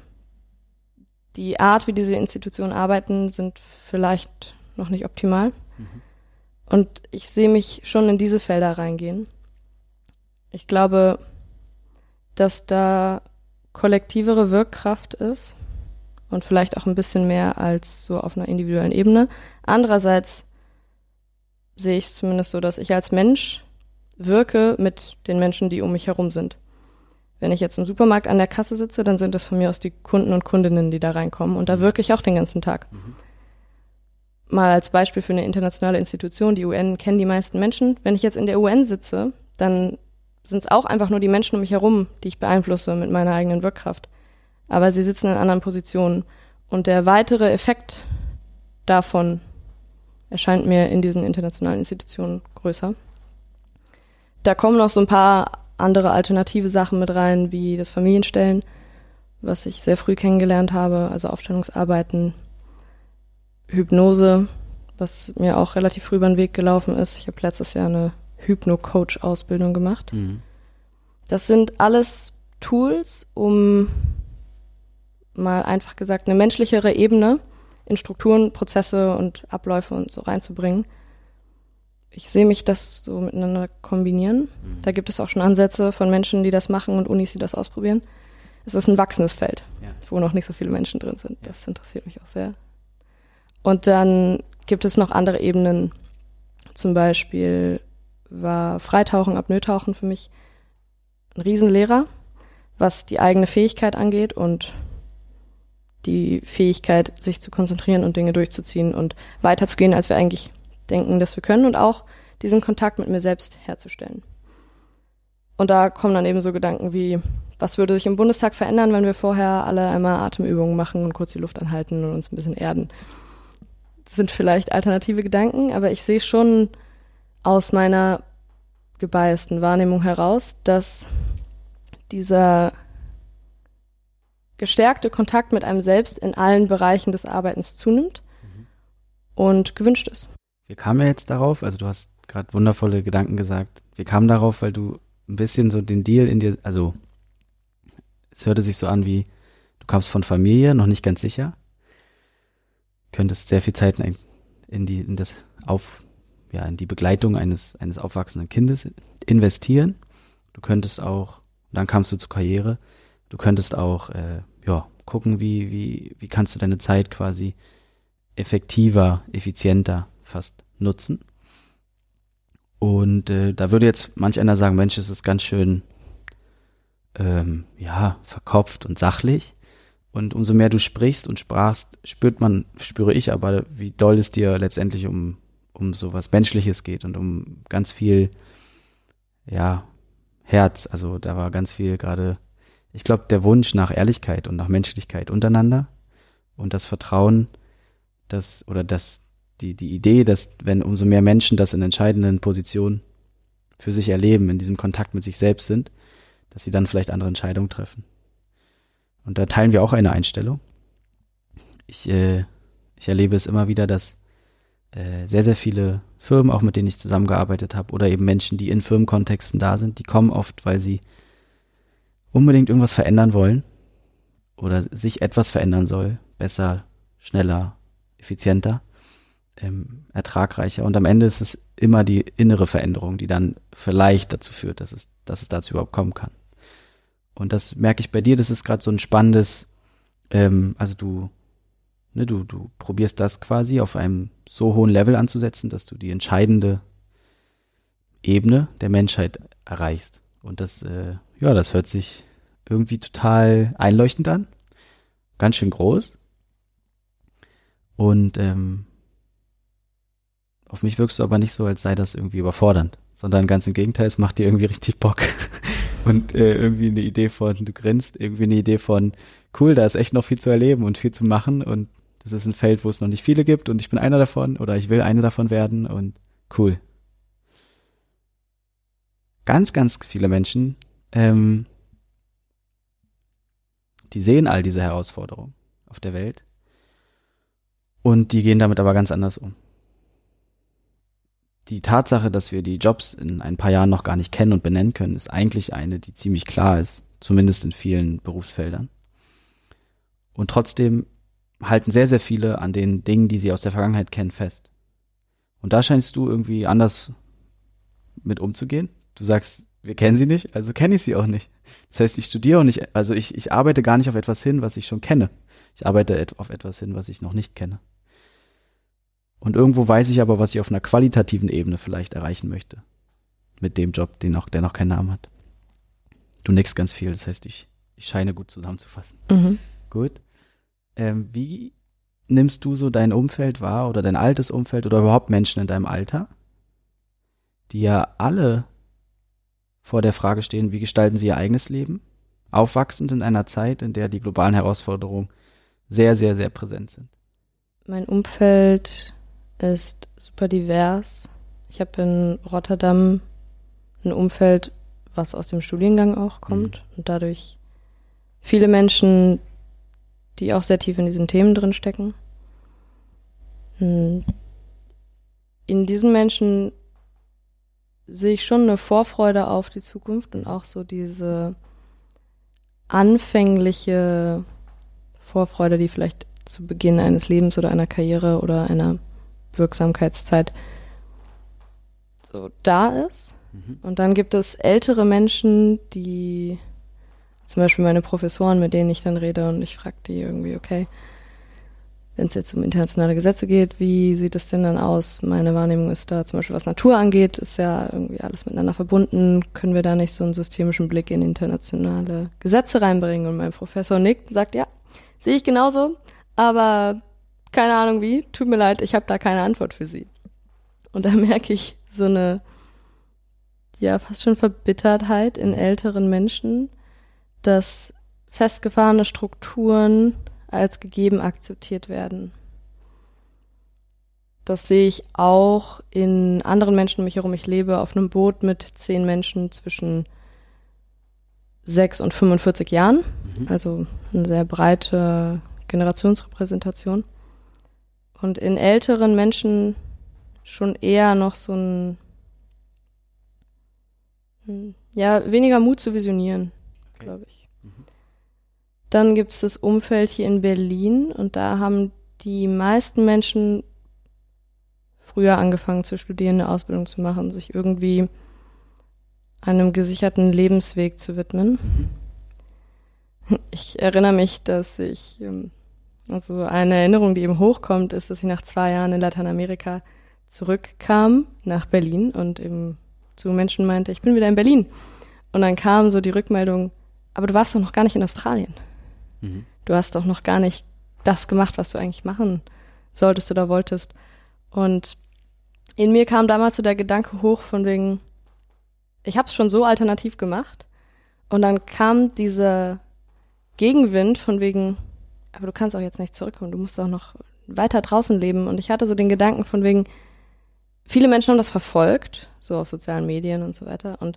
Die Art, wie diese Institutionen arbeiten, sind vielleicht noch nicht optimal. Mhm. Und ich sehe mich schon in diese Felder reingehen. Ich glaube, dass da kollektivere Wirkkraft ist und vielleicht auch ein bisschen mehr als so auf einer individuellen Ebene. Andererseits sehe ich es zumindest so, dass ich als Mensch wirke mit den Menschen, die um mich herum sind. Wenn ich jetzt im Supermarkt an der Kasse sitze, dann sind das von mir aus die Kunden und Kundinnen, die da reinkommen. Und da wirke ich auch den ganzen Tag. Mhm. Mal als Beispiel für eine internationale Institution, die U N kennen die meisten Menschen. Wenn ich jetzt in der U N sitze, dann sind es auch einfach nur die Menschen um mich herum, die ich beeinflusse mit meiner eigenen Wirkkraft. Aber sie sitzen in anderen Positionen. Und der weitere Effekt davon erscheint mir in diesen internationalen Institutionen größer. Da kommen noch so ein paar andere alternative Sachen mit rein, wie das Familienstellen, was ich sehr früh kennengelernt habe, also Aufstellungsarbeiten, Hypnose, was mir auch relativ früh über den Weg gelaufen ist. Ich habe letztes Jahr eine Hypno-Coach-Ausbildung gemacht. Mhm. Das sind alles Tools, um mal einfach gesagt eine menschlichere Ebene in Strukturen, Prozesse und Abläufe und so reinzubringen. Ich sehe mich das so miteinander kombinieren. Mhm. Da gibt es auch schon Ansätze von Menschen, die das machen und Unis, die das ausprobieren. Es ist ein wachsendes Feld, ja, wo noch nicht so viele Menschen drin sind. Ja. Das interessiert mich auch sehr. Und dann gibt es noch andere Ebenen. Zum Beispiel war Freitauchen, Apnoe-Tauchen für mich ein Riesenlehrer, was die eigene Fähigkeit angeht und die Fähigkeit, sich zu konzentrieren und Dinge durchzuziehen und weiterzugehen, als wir eigentlich denken, dass wir können, und auch diesen Kontakt mit mir selbst herzustellen. Und da kommen dann eben so Gedanken wie, was würde sich im Bundestag verändern, wenn wir vorher alle einmal Atemübungen machen und kurz die Luft anhalten und uns ein bisschen erden. Das sind vielleicht alternative Gedanken, aber ich sehe schon aus meiner gebiasten Wahrnehmung heraus, dass dieser gestärkte Kontakt mit einem selbst in allen Bereichen des Arbeitens zunimmt mhm. und gewünscht ist. Wir kamen ja jetzt darauf, also du hast gerade wundervolle Gedanken gesagt, wir kamen darauf, weil du ein bisschen so den Deal in dir, also es hörte sich so an wie, du kamst von Familie, noch nicht ganz sicher, könntest sehr viel Zeit in, in die in das auf ja in die Begleitung eines eines aufwachsenden Kindes investieren. Du könntest auch, dann kamst du zur Karriere, du könntest auch äh, ja gucken, wie wie wie kannst du deine Zeit quasi effektiver, effizienter fast nutzen. Und äh, da würde jetzt manch einer sagen, Mensch, es ist ganz schön ähm, ja verkopft und sachlich. Und umso mehr du sprichst und sprachst, spürt man, spüre ich aber, wie doll es dir letztendlich um um so was Menschliches geht und um ganz viel, ja, Herz. Also da war ganz viel gerade, ich glaube, der Wunsch nach Ehrlichkeit und nach Menschlichkeit untereinander und das Vertrauen, dass, oder das, die, die Idee, dass wenn umso mehr Menschen das in entscheidenden Positionen für sich erleben, in diesem Kontakt mit sich selbst sind, dass sie dann vielleicht andere Entscheidungen treffen. Und da teilen wir auch eine Einstellung. Ich, äh, ich erlebe es immer wieder, dass äh, sehr, sehr viele Firmen, auch mit denen ich zusammengearbeitet habe, oder eben Menschen, die in Firmenkontexten da sind, die kommen oft, weil sie unbedingt irgendwas verändern wollen oder sich etwas verändern soll. Besser, schneller, effizienter, ähm, ertragreicher. Und am Ende ist es immer die innere Veränderung, die dann vielleicht dazu führt, dass es, dass es dazu überhaupt kommen kann. Und das merke ich bei dir, das ist gerade so ein spannendes, ähm, also du, ne, du, du probierst das quasi auf einem so hohen Level anzusetzen, dass du die entscheidende Ebene der Menschheit erreichst. Und das, äh, ja, das hört sich irgendwie total einleuchtend an, ganz schön groß. Und ähm, auf mich wirkst du aber nicht so, als sei das irgendwie überfordernd, sondern ganz im Gegenteil, es macht dir irgendwie richtig Bock. Und äh, irgendwie eine Idee von, du grinst, irgendwie eine Idee von, cool, da ist echt noch viel zu erleben und viel zu machen und das ist ein Feld, wo es noch nicht viele gibt und ich bin einer davon oder ich will eine davon werden und cool. Ganz, ganz viele Menschen, ähm, die sehen all diese Herausforderungen auf der Welt und die gehen damit aber ganz anders um. Die Tatsache, dass wir die Jobs in ein paar Jahren noch gar nicht kennen und benennen können, ist eigentlich eine, die ziemlich klar ist, zumindest in vielen Berufsfeldern. Und trotzdem halten sehr, sehr viele an den Dingen, die sie aus der Vergangenheit kennen, fest. Und da scheinst du irgendwie anders mit umzugehen. Du sagst, wir kennen sie nicht, also kenne ich sie auch nicht. Das heißt, ich studiere auch nicht, also ich, ich arbeite gar nicht auf etwas hin, was ich schon kenne. Ich arbeite auf etwas hin, was ich noch nicht kenne. Und irgendwo weiß ich aber, was ich auf einer qualitativen Ebene vielleicht erreichen möchte. Mit dem Job, den noch, der noch keinen Namen hat. Du nickst ganz viel, das heißt, ich, ich scheine gut zusammenzufassen. Mhm. Gut. Ähm, wie nimmst du so dein Umfeld wahr oder dein altes Umfeld oder überhaupt Menschen in deinem Alter, die ja alle vor der Frage stehen, wie gestalten sie ihr eigenes Leben, aufwachsend in einer Zeit, in der die globalen Herausforderungen sehr, sehr, sehr präsent sind? Mein Umfeld ist super divers. Ich habe in Rotterdam ein Umfeld, was aus dem Studiengang auch kommt mhm. und dadurch viele Menschen, die auch sehr tief in diesen Themen drin stecken. In diesen Menschen sehe ich schon eine Vorfreude auf die Zukunft und auch so diese anfängliche Vorfreude, die vielleicht zu Beginn eines Lebens oder einer Karriere oder einer Wirksamkeitszeit so da ist. Mhm. Und dann gibt es ältere Menschen, die zum Beispiel meine Professoren, mit denen ich dann rede und ich frage die irgendwie, okay, wenn es jetzt um internationale Gesetze geht, wie sieht es denn dann aus? Meine Wahrnehmung ist da zum Beispiel, was Natur angeht, ist ja irgendwie alles miteinander verbunden. Können wir da nicht so einen systemischen Blick in internationale Gesetze reinbringen? Und mein Professor nickt und sagt, ja, sehe ich genauso, aber keine Ahnung wie, tut mir leid, ich habe da keine Antwort für Sie. Und da merke ich so eine, ja, fast schon Verbittertheit in älteren Menschen, dass festgefahrene Strukturen als gegeben akzeptiert werden. Das sehe ich auch in anderen Menschen um mich herum. Ich lebe auf einem Boot mit zehn Menschen zwischen sechs und fünfundvierzig Jahren, mhm. also eine sehr breite Generationsrepräsentation. Und in älteren Menschen schon eher noch so ein, ja, weniger Mut zu visionieren, okay. glaube ich. Mhm. dann gibt es das Umfeld hier in Berlin und da haben die meisten Menschen früher angefangen zu studieren, eine Ausbildung zu machen, sich irgendwie einem gesicherten Lebensweg zu widmen. Ich erinnere mich, dass ich, also eine Erinnerung, die eben hochkommt, ist, dass ich nach zwei Jahren in Lateinamerika zurückkam nach Berlin und eben zu Menschen meinte, ich bin wieder in Berlin. Und dann kam so die Rückmeldung, aber du warst doch noch gar nicht in Australien. Mhm. Du hast doch noch gar nicht das gemacht, was du eigentlich machen solltest oder wolltest. Und in mir kam damals so der Gedanke hoch von wegen, ich habe es schon so alternativ gemacht. Und dann kam dieser Gegenwind von wegen, aber du kannst auch jetzt nicht zurückkommen, du musst auch noch weiter draußen leben. Und ich hatte so den Gedanken von wegen, viele Menschen haben das verfolgt, so auf sozialen Medien und so weiter. Und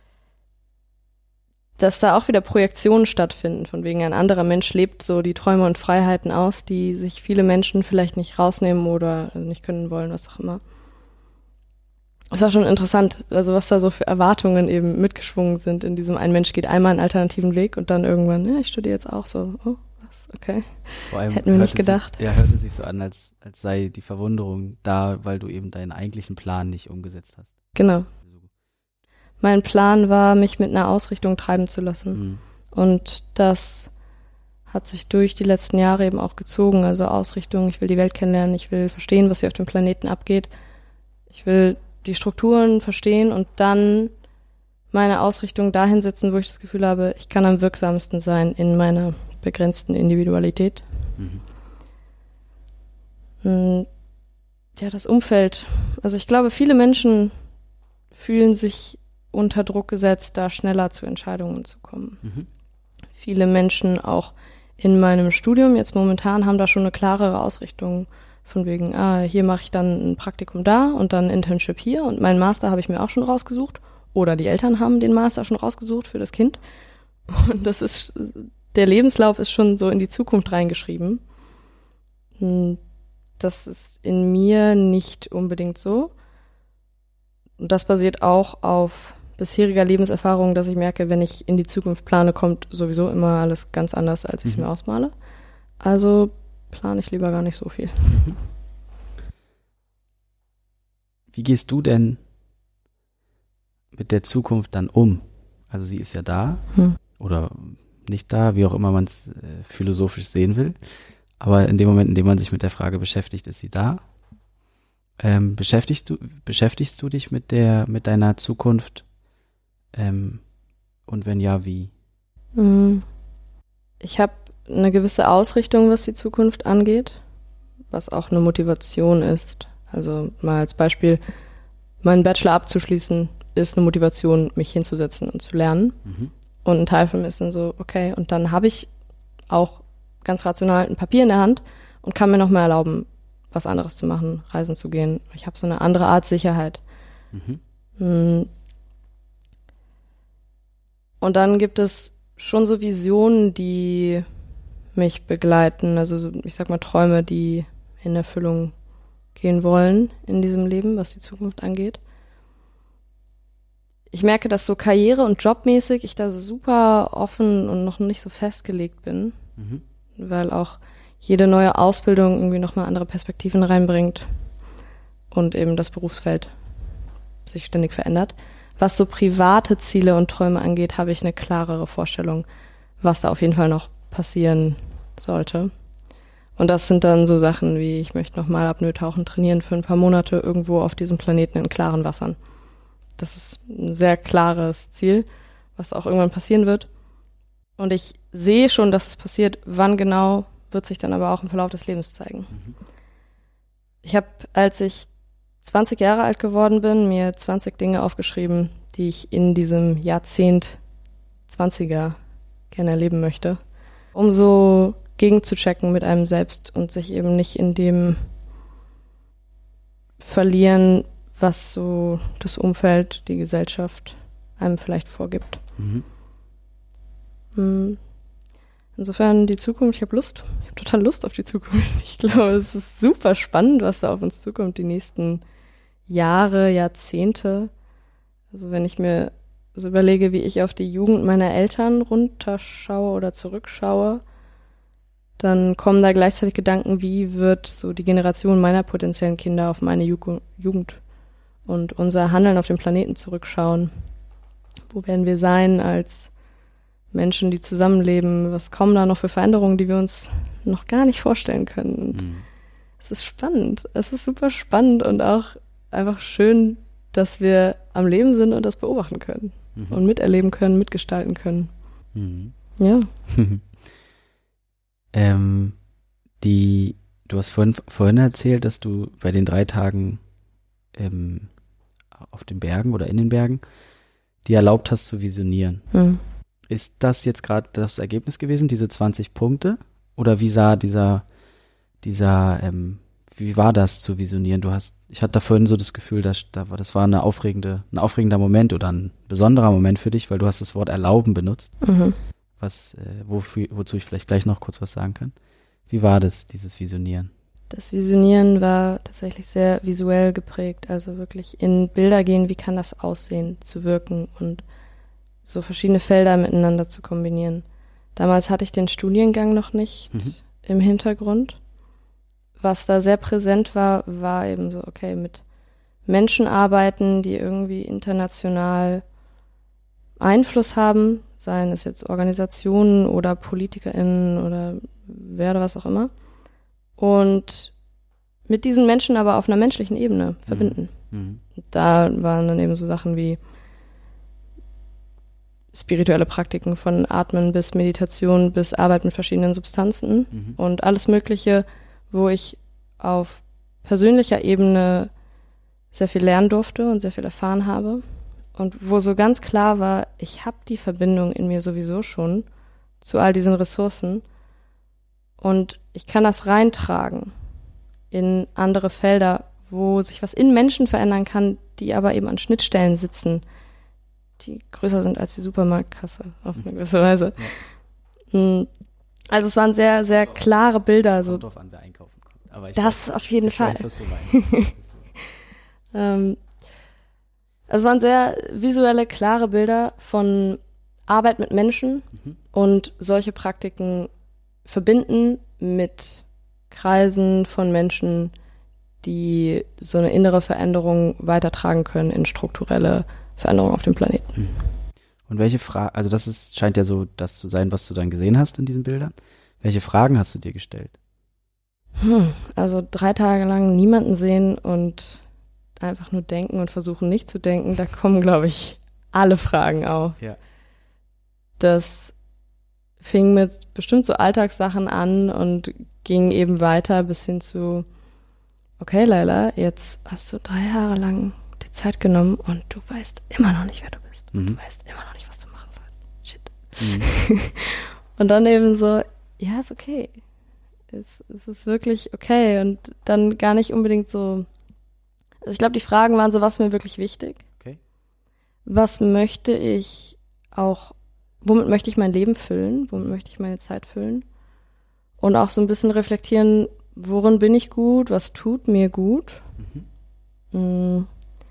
dass da auch wieder Projektionen stattfinden, von wegen ein anderer Mensch lebt so die Träume und Freiheiten aus, die sich viele Menschen vielleicht nicht rausnehmen oder nicht können wollen, was auch immer. Es war schon interessant, also was da so für Erwartungen eben mitgeschwungen sind in diesem, ein Mensch geht einmal einen alternativen Weg und dann irgendwann, ja, ich studiere jetzt auch so, oh, was, okay. Vor allem hätten wir nicht gedacht. Sich, ja, hörte sich so an, als, als sei die Verwunderung da, weil du eben deinen eigentlichen Plan nicht umgesetzt hast. Genau. Mein Plan war, mich mit einer Ausrichtung treiben zu lassen. Mhm. Und das hat sich durch die letzten Jahre eben auch gezogen. Also Ausrichtung, ich will die Welt kennenlernen, ich will verstehen, was hier auf dem Planeten abgeht. Ich will die Strukturen verstehen und dann meine Ausrichtung dahin setzen, wo ich das Gefühl habe, ich kann am wirksamsten sein in meiner begrenzten Individualität. Mhm. Ja, das Umfeld. Also ich glaube, viele Menschen fühlen sich unter Druck gesetzt, da schneller zu Entscheidungen zu kommen. Mhm. Viele Menschen auch in meinem Studium jetzt momentan haben da schon eine klarere Ausrichtung von wegen, ah, hier mache ich dann ein Praktikum da und dann ein Internship hier und meinen Master habe ich mir auch schon rausgesucht oder die Eltern haben den Master schon rausgesucht für das Kind und das ist, der Lebenslauf ist schon so in die Zukunft reingeschrieben. Das ist in mir nicht unbedingt so und das basiert auch auf bisheriger Lebenserfahrung, dass ich merke, wenn ich in die Zukunft plane, kommt sowieso immer alles ganz anders, als ich es mhm. mir ausmale. Also plane ich lieber gar nicht so viel. Wie gehst du denn mit der Zukunft dann um? Also sie ist ja da hm. oder nicht da, wie auch immer man es äh, philosophisch sehen will. Aber in dem Moment, in dem man sich mit der Frage beschäftigt, ist sie da. Ähm, beschäftigst du, beschäftigst du dich mit der, mit deiner Zukunft? Ähm, und wenn ja, wie? Ich habe eine gewisse Ausrichtung, was die Zukunft angeht, was auch eine Motivation ist. Also mal als Beispiel, meinen Bachelor abzuschließen, ist eine Motivation, mich hinzusetzen und zu lernen. Mhm. Und ein Teil von mir ist dann so, okay, und dann habe ich auch ganz rational ein Papier in der Hand und kann mir noch mal erlauben, was anderes zu machen, reisen zu gehen. Ich habe so eine andere Art Sicherheit. Mhm. Und dann gibt es schon so Visionen, die mich begleiten, also so, ich sag mal Träume, die in Erfüllung gehen wollen in diesem Leben, was die Zukunft angeht. Ich merke, dass so karriere- und jobmäßig ich da super offen und noch nicht so festgelegt bin, mhm. weil auch jede neue Ausbildung irgendwie nochmal andere Perspektiven reinbringt und eben das Berufsfeld sich ständig verändert. Was so private Ziele und Träume angeht, habe ich eine klarere Vorstellung, was da auf jeden Fall noch passieren sollte. Und das sind dann so Sachen wie, ich möchte nochmal Apnoe-Tauchen trainieren für ein paar Monate irgendwo auf diesem Planeten in klaren Wassern. Das ist ein sehr klares Ziel, was auch irgendwann passieren wird. Und ich sehe schon, dass es passiert. Wann genau, wird sich dann aber auch im Verlauf des Lebens zeigen. Mhm. Ich habe, als ich zwanzig Jahre alt geworden bin, mir zwanzig Dinge aufgeschrieben, die ich in diesem Jahrzehnt zwanziger gerne erleben möchte, um so gegenzuchecken mit einem selbst und sich eben nicht in dem verlieren, was so das Umfeld, die Gesellschaft einem vielleicht vorgibt. Mhm. Insofern die Zukunft, ich habe Lust, ich habe total Lust auf die Zukunft. Ich glaube, es ist super spannend, was da auf uns zukommt, die nächsten Jahre, Jahrzehnte. Also wenn ich mir so überlege, wie ich auf die Jugend meiner Eltern runterschaue oder zurückschaue, dann kommen da gleichzeitig Gedanken, wie wird so die Generation meiner potenziellen Kinder auf meine Ju- Jugend und unser Handeln auf dem Planeten zurückschauen. Wo werden wir sein als Menschen, die zusammenleben? Was kommen da noch für Veränderungen, die wir uns noch gar nicht vorstellen können? Und mhm. es ist spannend. Es ist super spannend und auch einfach schön, dass wir am Leben sind und das beobachten können mhm. und miterleben können, mitgestalten können. Mhm. Ja. ähm, die, du hast vorhin, vorhin erzählt, dass du bei den drei Tagen ähm, auf den Bergen oder in den Bergen dir erlaubt hast zu visionieren. Mhm. Ist das jetzt gerade das Ergebnis gewesen, diese zwanzig Punkte? Oder wie sah dieser, dieser, ähm, wie war das zu visionieren? Du hast, ich hatte da vorhin so das Gefühl, dass da war, das war eine aufregende, ein aufregender Moment oder ein besonderer Moment für dich, weil du hast das Wort erlauben benutzt, mhm. was, äh, wofür, wozu ich vielleicht gleich noch kurz was sagen kann. Wie war das, dieses Visionieren? Das Visionieren war tatsächlich sehr visuell geprägt, also wirklich in Bilder gehen, wie kann das aussehen, zu wirken und so verschiedene Felder miteinander zu kombinieren. Damals hatte ich den Studiengang noch nicht mhm. im Hintergrund. Was da sehr präsent war, war eben so, okay, mit Menschen arbeiten, die irgendwie international Einfluss haben, seien es jetzt Organisationen oder PolitikerInnen oder wer oder was auch immer. Und mit diesen Menschen aber auf einer menschlichen Ebene verbinden. Mhm. Da waren dann eben so Sachen wie spirituelle Praktiken von Atmen bis Meditation bis Arbeit mit verschiedenen Substanzen mhm. und alles Mögliche, wo ich auf persönlicher Ebene sehr viel lernen durfte und sehr viel erfahren habe und wo so ganz klar war, ich habe die Verbindung in mir sowieso schon zu all diesen Ressourcen und ich kann das reintragen in andere Felder, wo sich was in Menschen verändern kann, die aber eben an Schnittstellen sitzen, die größer sind als die Supermarktkasse auf eine gewisse Weise. Ja. Also es waren sehr, sehr klare Bilder. So. Kommt drauf an, wer einkaufen kommt. Aber ich das weiß, auf jeden ich Fall. Weiß, was du meinst. ähm, es waren sehr visuelle, klare Bilder von Arbeit mit Menschen mhm. und solche Praktiken verbinden mit Kreisen von Menschen, die so eine innere Veränderung weitertragen können in strukturelle Veränderung auf dem Planeten. Und welche Fragen, also das ist, scheint ja so das zu sein, was du dann gesehen hast in diesen Bildern. Welche Fragen hast du dir gestellt? Hm, also drei Tage lang niemanden sehen und einfach nur denken und versuchen nicht zu denken, da kommen, glaube ich, alle Fragen auf. Ja. Das fing mit bestimmt so Alltagssachen an und ging eben weiter bis hin zu, okay, Laila, jetzt hast du drei Jahre lang die Zeit genommen und du weißt immer noch nicht, wer du bist. Mhm. Du weißt immer noch nicht, was du machen sollst. Shit. Mhm. Und dann eben so, ja, ist okay. Es, es ist wirklich okay. Und dann gar nicht unbedingt so, also ich glaube, die Fragen waren so, was ist mir wirklich wichtig? Okay. Was möchte ich auch, womit möchte ich mein Leben füllen? Womit möchte ich meine Zeit füllen? Und auch so ein bisschen reflektieren, worin bin ich gut? Was tut mir gut? Mhm. Mhm.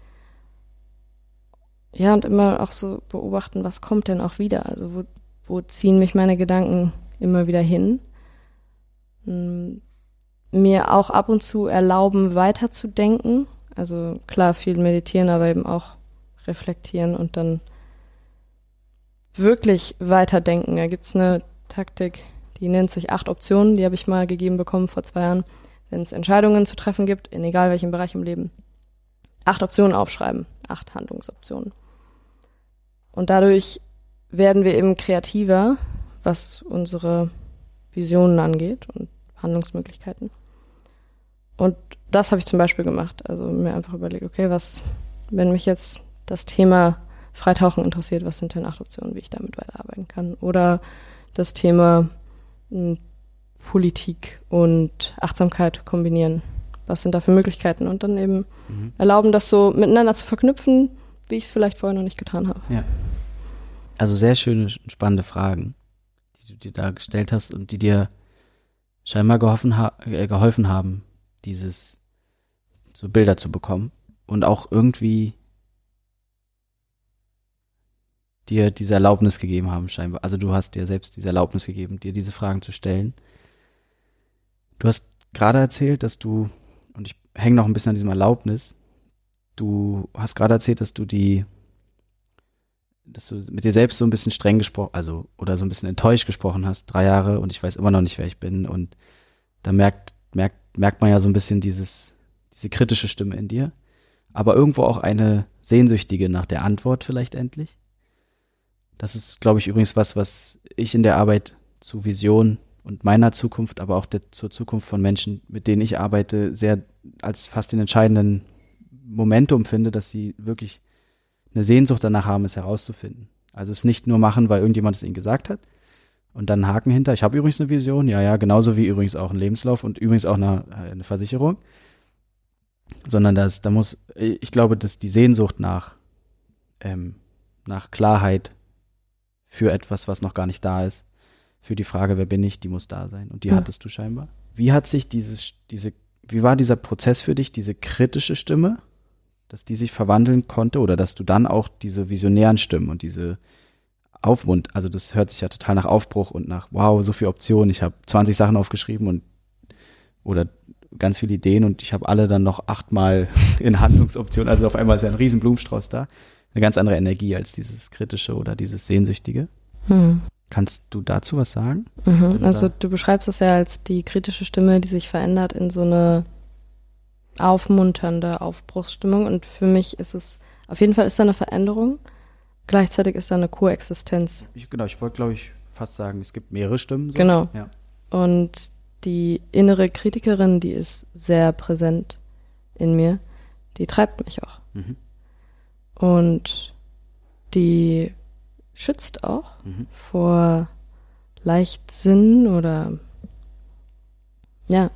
Ja, und immer auch so beobachten, was kommt denn auch wieder? Also wo, wo ziehen mich meine Gedanken immer wieder hin? Hm, mir auch ab und zu erlauben, weiterzudenken. Also klar, viel meditieren, aber eben auch reflektieren und dann wirklich weiterdenken. Da gibt's eine Taktik, die nennt sich acht Optionen. Die habe ich mal gegeben bekommen vor zwei Jahren. Wenn es Entscheidungen zu treffen gibt, in egal welchem Bereich im Leben, acht Optionen aufschreiben, acht Handlungsoptionen. Und dadurch werden wir eben kreativer, was unsere Visionen angeht und Handlungsmöglichkeiten. Und das habe ich zum Beispiel gemacht. Also mir einfach überlegt, okay, was, wenn mich jetzt das Thema Freitauchen interessiert, was sind denn acht Optionen, wie ich damit weiterarbeiten kann? Oder das Thema m, Politik und Achtsamkeit kombinieren. Was sind da für Möglichkeiten? Und dann eben mhm. erlauben, das so miteinander zu verknüpfen, wie ich es vielleicht vorher noch nicht getan habe. Ja. Also sehr schöne, spannende Fragen, die du dir da gestellt hast und die dir scheinbar geholfen, ha- äh, geholfen haben, dieses so Bilder zu bekommen und auch irgendwie dir diese Erlaubnis gegeben haben scheinbar. Also du hast dir selbst diese Erlaubnis gegeben, dir diese Fragen zu stellen. Du hast gerade erzählt, dass du, und ich hänge noch ein bisschen an diesem Erlaubnis, du hast gerade erzählt, dass du die, dass du mit dir selbst so ein bisschen streng gesprochen, also oder so ein bisschen enttäuscht gesprochen hast, drei Jahre und ich weiß immer noch nicht, wer ich bin. Und da merkt, merkt, merkt man ja so ein bisschen dieses, diese kritische Stimme in dir, aber irgendwo auch eine sehnsüchtige nach der Antwort vielleicht endlich. Das ist, glaube ich, übrigens was, was ich in der Arbeit zu Vision und meiner Zukunft, aber auch der, zur Zukunft von Menschen, mit denen ich arbeite, sehr als fast den entscheidenden Momentum finde, dass sie wirklich eine Sehnsucht danach haben, es herauszufinden. Also es nicht nur machen, weil irgendjemand es ihnen gesagt hat und dann einen Haken hinter. Ich habe übrigens eine Vision, ja, ja, genauso wie übrigens auch einen Lebenslauf und übrigens auch eine, eine Versicherung. Sondern das, da muss, ich glaube, dass die Sehnsucht nach, ähm, nach Klarheit für etwas, was noch gar nicht da ist, für die Frage, wer bin ich, die muss da sein. Und die ja. hattest du scheinbar. Wie hat sich dieses, diese, wie war dieser Prozess für dich, diese kritische Stimme, dass die sich verwandeln konnte oder dass du dann auch diese visionären Stimmen und diese Aufmund, also das hört sich ja total nach Aufbruch und nach, wow, so viele Optionen, ich habe zwanzig Sachen aufgeschrieben und oder ganz viele Ideen und ich habe alle dann noch achtmal in Handlungsoptionen, also auf einmal ist ja ein riesen Blumenstrauß da. Eine ganz andere Energie als dieses Kritische oder dieses Sehnsüchtige. Hm. Kannst du dazu was sagen? Mhm. Also du beschreibst es ja als die kritische Stimme, die sich verändert in so eine aufmunternde Aufbruchsstimmung und für mich ist es, auf jeden Fall ist da eine Veränderung, gleichzeitig ist da eine Koexistenz. Ich, genau, ich wollte glaube ich fast sagen, es gibt mehrere Stimmen. So. Genau. Ja. Und die innere Kritikerin, die ist sehr präsent in mir, die treibt mich auch. Mhm. Und die schützt auch mhm. vor Leichtsinn oder ja,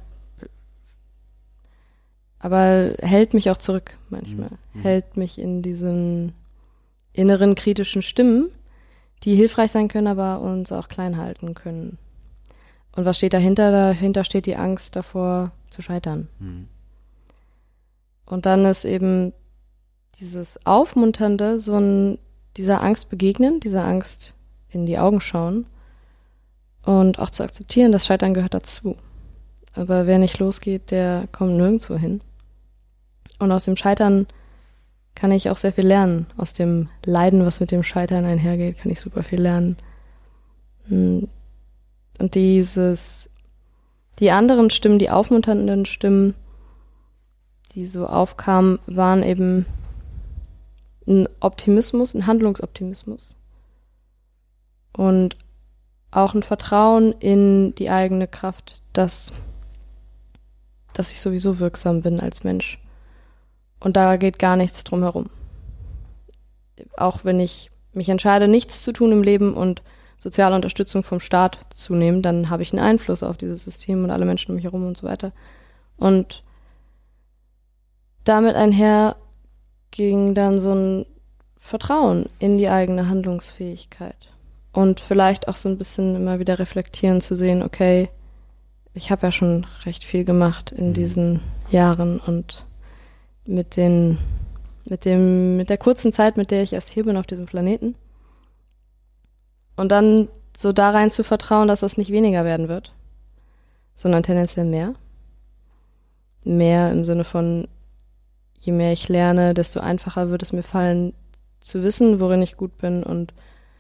aber hält mich auch zurück manchmal, mhm. hält mich in diesen inneren kritischen Stimmen, die hilfreich sein können, aber uns auch klein halten können. Und was steht dahinter? Dahinter steht die Angst davor zu scheitern. Mhm. Und dann ist eben dieses Aufmunternde, so ein, dieser Angst begegnen, dieser Angst in die Augen schauen und auch zu akzeptieren, das Scheitern gehört dazu. Aber wer nicht losgeht, der kommt nirgendwo hin. Und aus dem Scheitern kann ich auch sehr viel lernen. Aus dem Leiden, was mit dem Scheitern einhergeht, kann ich super viel lernen. Und dieses, die anderen Stimmen, die aufmunternden Stimmen, die so aufkamen, waren eben ein Optimismus, ein Handlungsoptimismus. Und auch ein Vertrauen in die eigene Kraft, dass, dass ich sowieso wirksam bin als Mensch. Und da geht gar nichts drum herum. Auch wenn ich mich entscheide, nichts zu tun im Leben und soziale Unterstützung vom Staat zu nehmen, dann habe ich einen Einfluss auf dieses System und alle Menschen um mich herum und so weiter. Und damit einher ging dann so ein Vertrauen in die eigene Handlungsfähigkeit. Und vielleicht auch so ein bisschen immer wieder reflektieren, zu sehen, okay, ich habe ja schon recht viel gemacht in diesen Jahren und mit den, mit dem, mit der kurzen Zeit, mit der ich erst hier bin auf diesem Planeten. Und dann so da rein zu vertrauen, dass das nicht weniger werden wird, sondern tendenziell mehr. Mehr im Sinne von, je mehr ich lerne, desto einfacher wird es mir fallen, zu wissen, worin ich gut bin und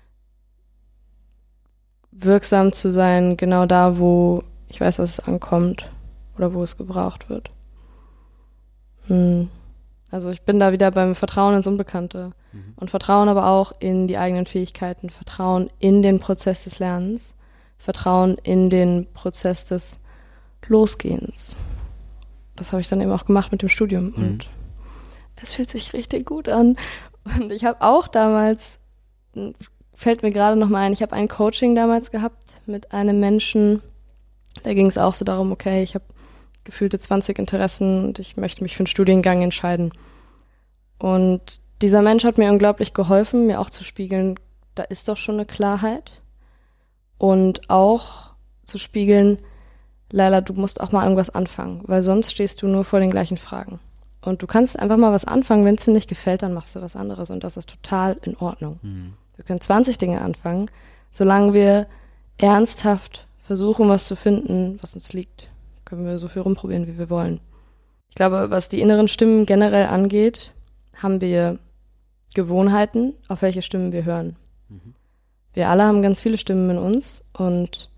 wirksam zu sein, genau da, wo ich weiß, dass es ankommt oder wo es gebraucht wird. Hm. Also ich bin da wieder beim Vertrauen ins Unbekannte mhm. und Vertrauen aber auch in die eigenen Fähigkeiten, Vertrauen in den Prozess des Lernens, Vertrauen in den Prozess des Losgehens. Das habe ich dann eben auch gemacht mit dem Studium mhm. und es fühlt sich richtig gut an. Und ich habe auch damals, fällt mir gerade noch mal ein, ich habe ein Coaching damals gehabt mit einem Menschen, da ging es auch so darum, okay, ich habe gefühlte zwanzig Interessen und ich möchte mich für einen Studiengang entscheiden. Und dieser Mensch hat mir unglaublich geholfen, mir auch zu spiegeln, da ist doch schon eine Klarheit. Und auch zu spiegeln, Laila, du musst auch mal irgendwas anfangen, weil sonst stehst du nur vor den gleichen Fragen. Und du kannst einfach mal was anfangen, wenn es dir nicht gefällt, dann machst du was anderes und das ist total in Ordnung. Mhm. Wir können zwanzig Dinge anfangen, solange wir ernsthaft versuchen, was zu finden, was uns liegt. Können wir so viel rumprobieren, wie wir wollen. Ich glaube, was die inneren Stimmen generell angeht, haben wir Gewohnheiten, auf welche Stimmen wir hören. Mhm. Wir alle haben ganz viele Stimmen in uns und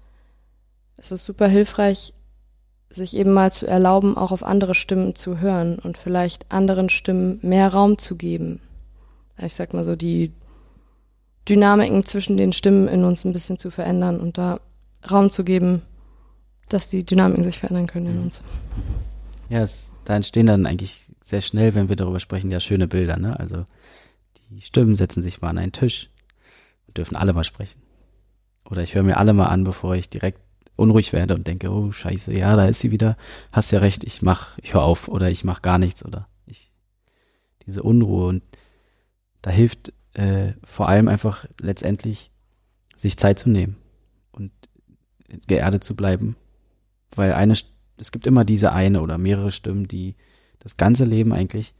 es ist super hilfreich, sich eben mal zu erlauben, auch auf andere Stimmen zu hören und vielleicht anderen Stimmen mehr Raum zu geben. Ich sag mal so, die Dynamiken zwischen den Stimmen in uns ein bisschen zu verändern und da Raum zu geben, dass die Dynamiken sich verändern können in uns. Ja, es, da entstehen dann eigentlich sehr schnell, wenn wir darüber sprechen, ja schöne Bilder, ne? Also die Stimmen setzen sich mal an einen Tisch und dürfen alle mal sprechen. Oder ich höre mir alle mal an, bevor ich direkt unruhig werde und denke, oh scheiße, ja, da ist sie wieder, hast ja recht, ich mach, ich höre auf oder ich mach gar nichts oder ich, diese Unruhe und da hilft äh, vor allem einfach letztendlich sich Zeit zu nehmen und geerdet zu bleiben, weil eine, es gibt immer diese eine oder mehrere Stimmen, die das ganze Leben eigentlich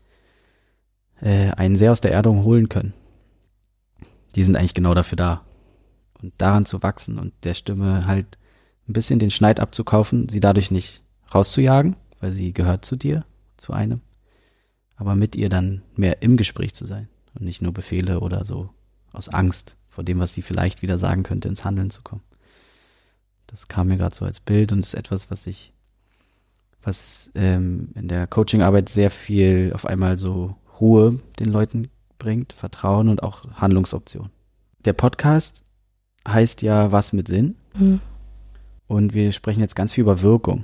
äh, einen sehr aus der Erdung holen können. Die sind eigentlich genau dafür da und daran zu wachsen und der Stimme halt ein bisschen den Schneid abzukaufen, sie dadurch nicht rauszujagen, weil sie gehört zu dir, zu einem, aber mit ihr dann mehr im Gespräch zu sein und nicht nur Befehle oder so aus Angst vor dem, was sie vielleicht wieder sagen könnte, ins Handeln zu kommen. Das kam mir gerade so als Bild und ist etwas, was ich, was ähm, in der Coachingarbeit sehr viel auf einmal so Ruhe den Leuten bringt, Vertrauen und auch Handlungsoptionen. Der Podcast heißt ja Was mit Sinn? Mhm. Und wir sprechen jetzt ganz viel über Wirkung.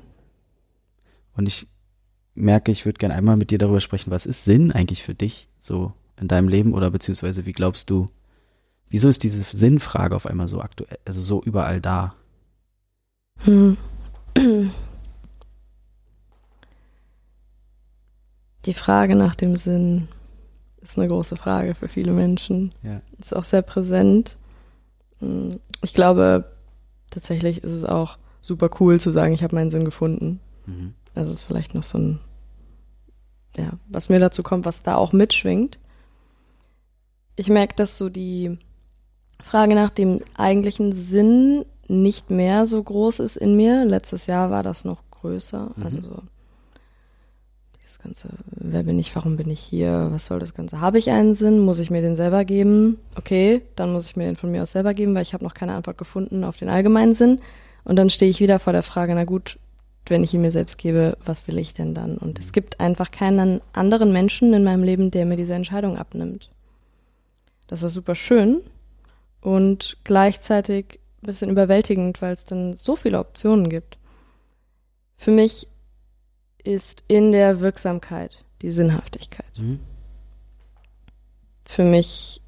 Und ich merke, ich würde gerne einmal mit dir darüber sprechen, was ist Sinn eigentlich für dich so in deinem Leben oder beziehungsweise wie glaubst du, wieso ist diese Sinnfrage auf einmal so aktuell, also so überall da? Hm. Die Frage nach dem Sinn ist eine große Frage für viele Menschen. Ja. Ist auch sehr präsent. Ich glaube, tatsächlich ist es auch super cool zu sagen, ich habe meinen Sinn gefunden. Mhm. Das ist vielleicht noch so ein, ja, was mir dazu kommt, was da auch mitschwingt. Ich merke, dass so die Frage nach dem eigentlichen Sinn nicht mehr so groß ist in mir. Letztes Jahr war das noch größer. Mhm. Also so dieses ganze, wer bin ich, warum bin ich hier, was soll das Ganze? Habe ich einen Sinn? Muss ich mir den selber geben? Okay, dann muss ich mir den von mir aus selber geben, weil ich habe noch keine Antwort gefunden auf den allgemeinen Sinn. Und dann stehe ich wieder vor der Frage, na gut, wenn ich ihn mir selbst gebe, was will ich denn dann? Und es gibt einfach keinen anderen Menschen in meinem Leben, der mir diese Entscheidung abnimmt. Das ist super schön und gleichzeitig ein bisschen überwältigend, weil es dann so viele Optionen gibt. Für mich ist in der Wirksamkeit die Sinnhaftigkeit. Mhm. Für mich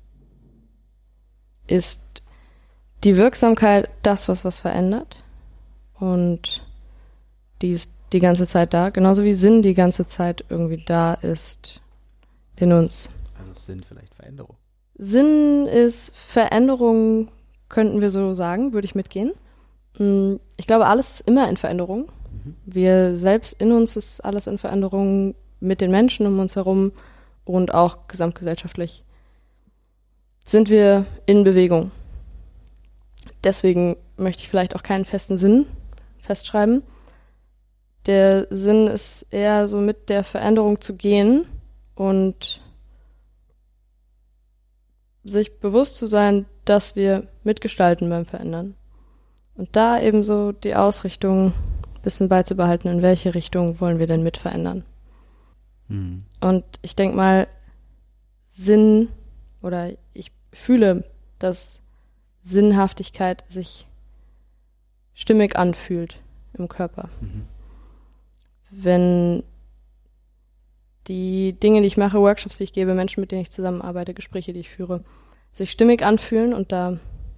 ist die Wirksamkeit das, was was verändert. Und die ist die ganze Zeit da, genauso wie Sinn die ganze Zeit irgendwie da ist in uns. Also Sinn vielleicht Veränderung. Sinn ist Veränderung, könnten wir so sagen, würde ich mitgehen. Ich glaube, alles ist immer in Veränderung. Mhm. Wir selbst in uns ist alles in Veränderung, mit den Menschen um uns herum und auch gesamtgesellschaftlich sind wir in Bewegung. Deswegen möchte ich vielleicht auch keinen festen Sinn festschreiben. Der Sinn ist eher so mit der Veränderung zu gehen und sich bewusst zu sein, dass wir mitgestalten beim Verändern. Und da eben so die Ausrichtung ein bisschen beizubehalten, in welche Richtung wollen wir denn mit verändern. Mhm. Und ich denke mal, Sinn oder ich fühle, dass Sinnhaftigkeit sich stimmig anfühlt im Körper. Mhm. Wenn die Dinge, die ich mache, Workshops, die ich gebe, Menschen, mit denen ich zusammenarbeite, Gespräche, die ich führe, sich stimmig anfühlen und da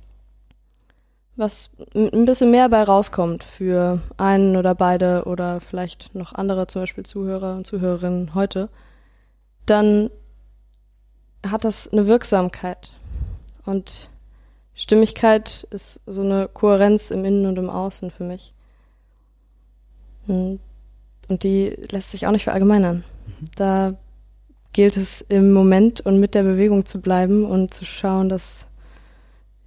was ein bisschen mehr bei rauskommt für einen oder beide oder vielleicht noch andere, zum Beispiel Zuhörer und Zuhörerinnen heute, dann hat das eine Wirksamkeit. Und Stimmigkeit ist so eine Kohärenz im Innen und im Außen für mich. Und die lässt sich auch nicht verallgemeinern. Mhm. Da gilt es im Moment und mit der Bewegung zu bleiben und zu schauen, dass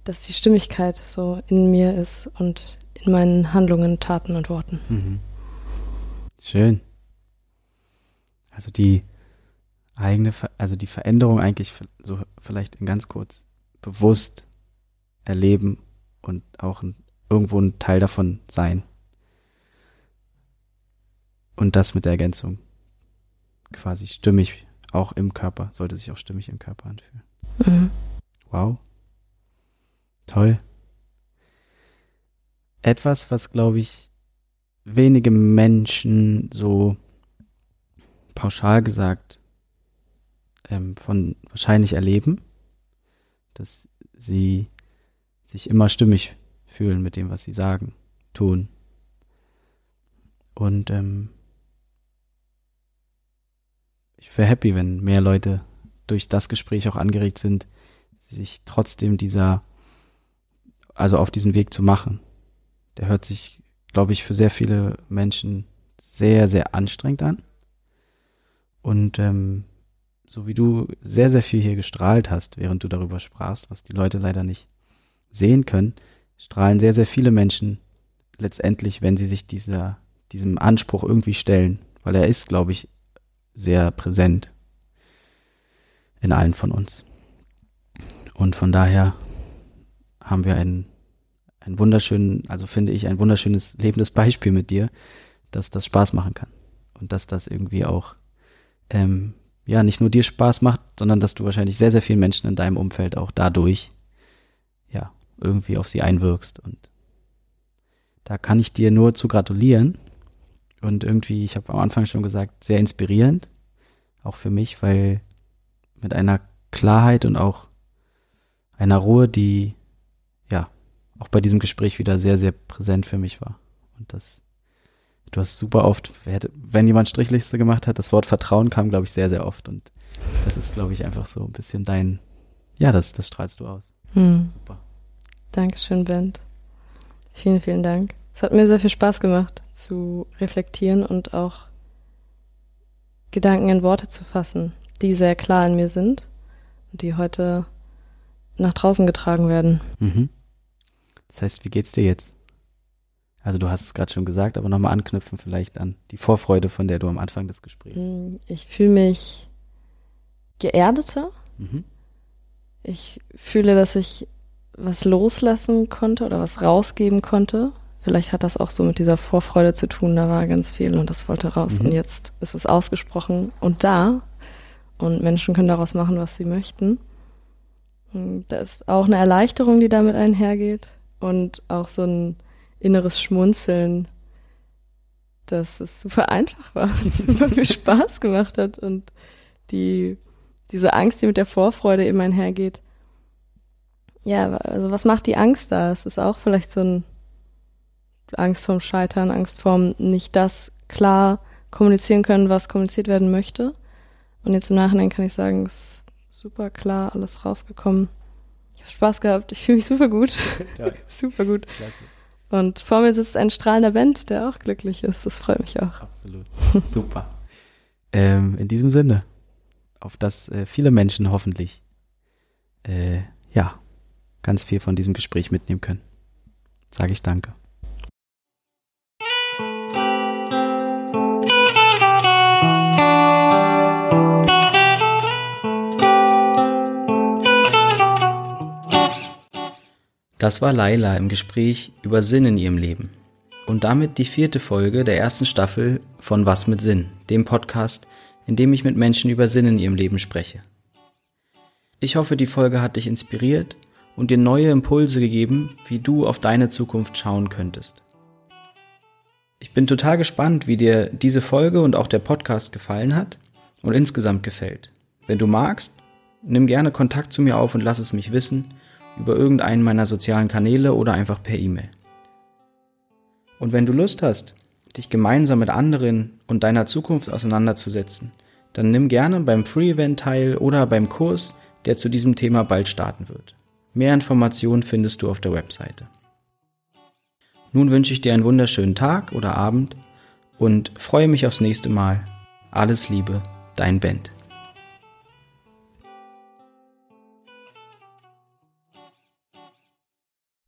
dass die Stimmigkeit so in mir ist und in meinen Handlungen, Taten und Worten. Mhm. Schön. Also die eigene, Ver- also die Veränderung eigentlich so vielleicht in ganz kurz bewusst erleben und auch ein, irgendwo ein Teil davon sein. Und das mit der Ergänzung. Quasi stimmig auch im Körper, sollte sich auch stimmig im Körper anfühlen. Mhm. Wow. Toll. Etwas, was, glaube ich, wenige Menschen so pauschal gesagt ähm, von wahrscheinlich erleben, dass sie sich immer stimmig fühlen mit dem, was sie sagen, tun. Und ähm, ich wäre happy, wenn mehr Leute durch das Gespräch auch angeregt sind, sich trotzdem dieser, also auf diesen Weg zu machen. Der hört sich, glaube ich, für sehr viele Menschen sehr, sehr anstrengend an. Und ähm, so wie du sehr, sehr viel hier gestrahlt hast, während du darüber sprachst, was die Leute leider nicht sehen können, strahlen sehr, sehr viele Menschen letztendlich, wenn sie sich dieser, diesem Anspruch irgendwie stellen. Weil er ist, glaube ich, sehr präsent in allen von uns. Und von daher haben wir einen, einen wunderschönen, also finde ich, ein wunderschönes lebendes Beispiel mit dir, dass das Spaß machen kann. Und dass das irgendwie auch, ähm, ja, nicht nur dir Spaß macht, sondern dass du wahrscheinlich sehr, sehr vielen Menschen in deinem Umfeld auch dadurch, ja, irgendwie auf sie einwirkst. Und da kann ich dir nur zu gratulieren. Und irgendwie, ich habe am Anfang schon gesagt, sehr inspirierend, auch für mich, weil mit einer Klarheit und auch einer Ruhe, die, ja, auch bei diesem Gespräch wieder sehr, sehr präsent für mich war. Und das, du hast super oft, wenn jemand Strichliste gemacht hat, das Wort Vertrauen kam, glaube ich, sehr, sehr oft. Und das ist, glaube ich, einfach so ein bisschen dein, ja, das, das strahlst du aus. Hm. Super. Dankeschön, Bent. Vielen, vielen Dank. Es hat mir sehr viel Spaß gemacht, zu reflektieren und auch Gedanken in Worte zu fassen, die sehr klar in mir sind und die heute nach draußen getragen werden. Mhm. Das heißt, wie geht's dir jetzt? Also du hast es gerade schon gesagt, aber nochmal anknüpfen vielleicht an die Vorfreude, von der du am Anfang des Gesprächs. Ich fühle mich geerdeter. Mhm. Ich fühle, dass ich was loslassen konnte oder was rausgeben konnte. Vielleicht hat das auch so mit dieser Vorfreude zu tun, da war ganz viel und das wollte raus. Mhm. Und jetzt ist es ausgesprochen und da. Und Menschen können daraus machen, was sie möchten. Und da ist auch eine Erleichterung, die damit einhergeht. Und auch so ein inneres Schmunzeln, dass es super einfach war, super viel Spaß gemacht hat. Und die, diese Angst, die mit der Vorfreude eben einhergeht. Ja, also was macht die Angst da? Es ist auch vielleicht so ein Angst vorm Scheitern, Angst vorm nicht das klar kommunizieren können, was kommuniziert werden möchte. Und jetzt im Nachhinein kann ich sagen, es ist super klar alles rausgekommen. Ich habe Spaß gehabt, ich fühle mich super gut. Super gut. Klasse. Und vor mir sitzt ein strahlender Bent, der auch glücklich ist. Das freut mich auch. Absolut. Super. ähm, in diesem Sinne, auf dass äh, viele Menschen hoffentlich äh, ja, ganz viel von diesem Gespräch mitnehmen können, sage ich danke. Das war Laila im Gespräch über Sinn in ihrem Leben. Und damit die vierte Folge der ersten Staffel von Was mit Sinn, dem Podcast, in dem ich mit Menschen über Sinn in ihrem Leben spreche. Ich hoffe, die Folge hat dich inspiriert und dir neue Impulse gegeben, wie du auf deine Zukunft schauen könntest. Ich bin total gespannt, wie dir diese Folge und auch der Podcast gefallen hat und insgesamt gefällt. Wenn du magst, nimm gerne Kontakt zu mir auf und lass es mich wissen, über irgendeinen meiner sozialen Kanäle oder einfach per E-Mail. Und wenn du Lust hast, dich gemeinsam mit anderen und deiner Zukunft auseinanderzusetzen, dann nimm gerne beim Free-Event teil oder beim Kurs, der zu diesem Thema bald starten wird. Mehr Informationen findest du auf der Webseite. Nun wünsche ich dir einen wunderschönen Tag oder Abend und freue mich aufs nächste Mal. Alles Liebe, dein Bent.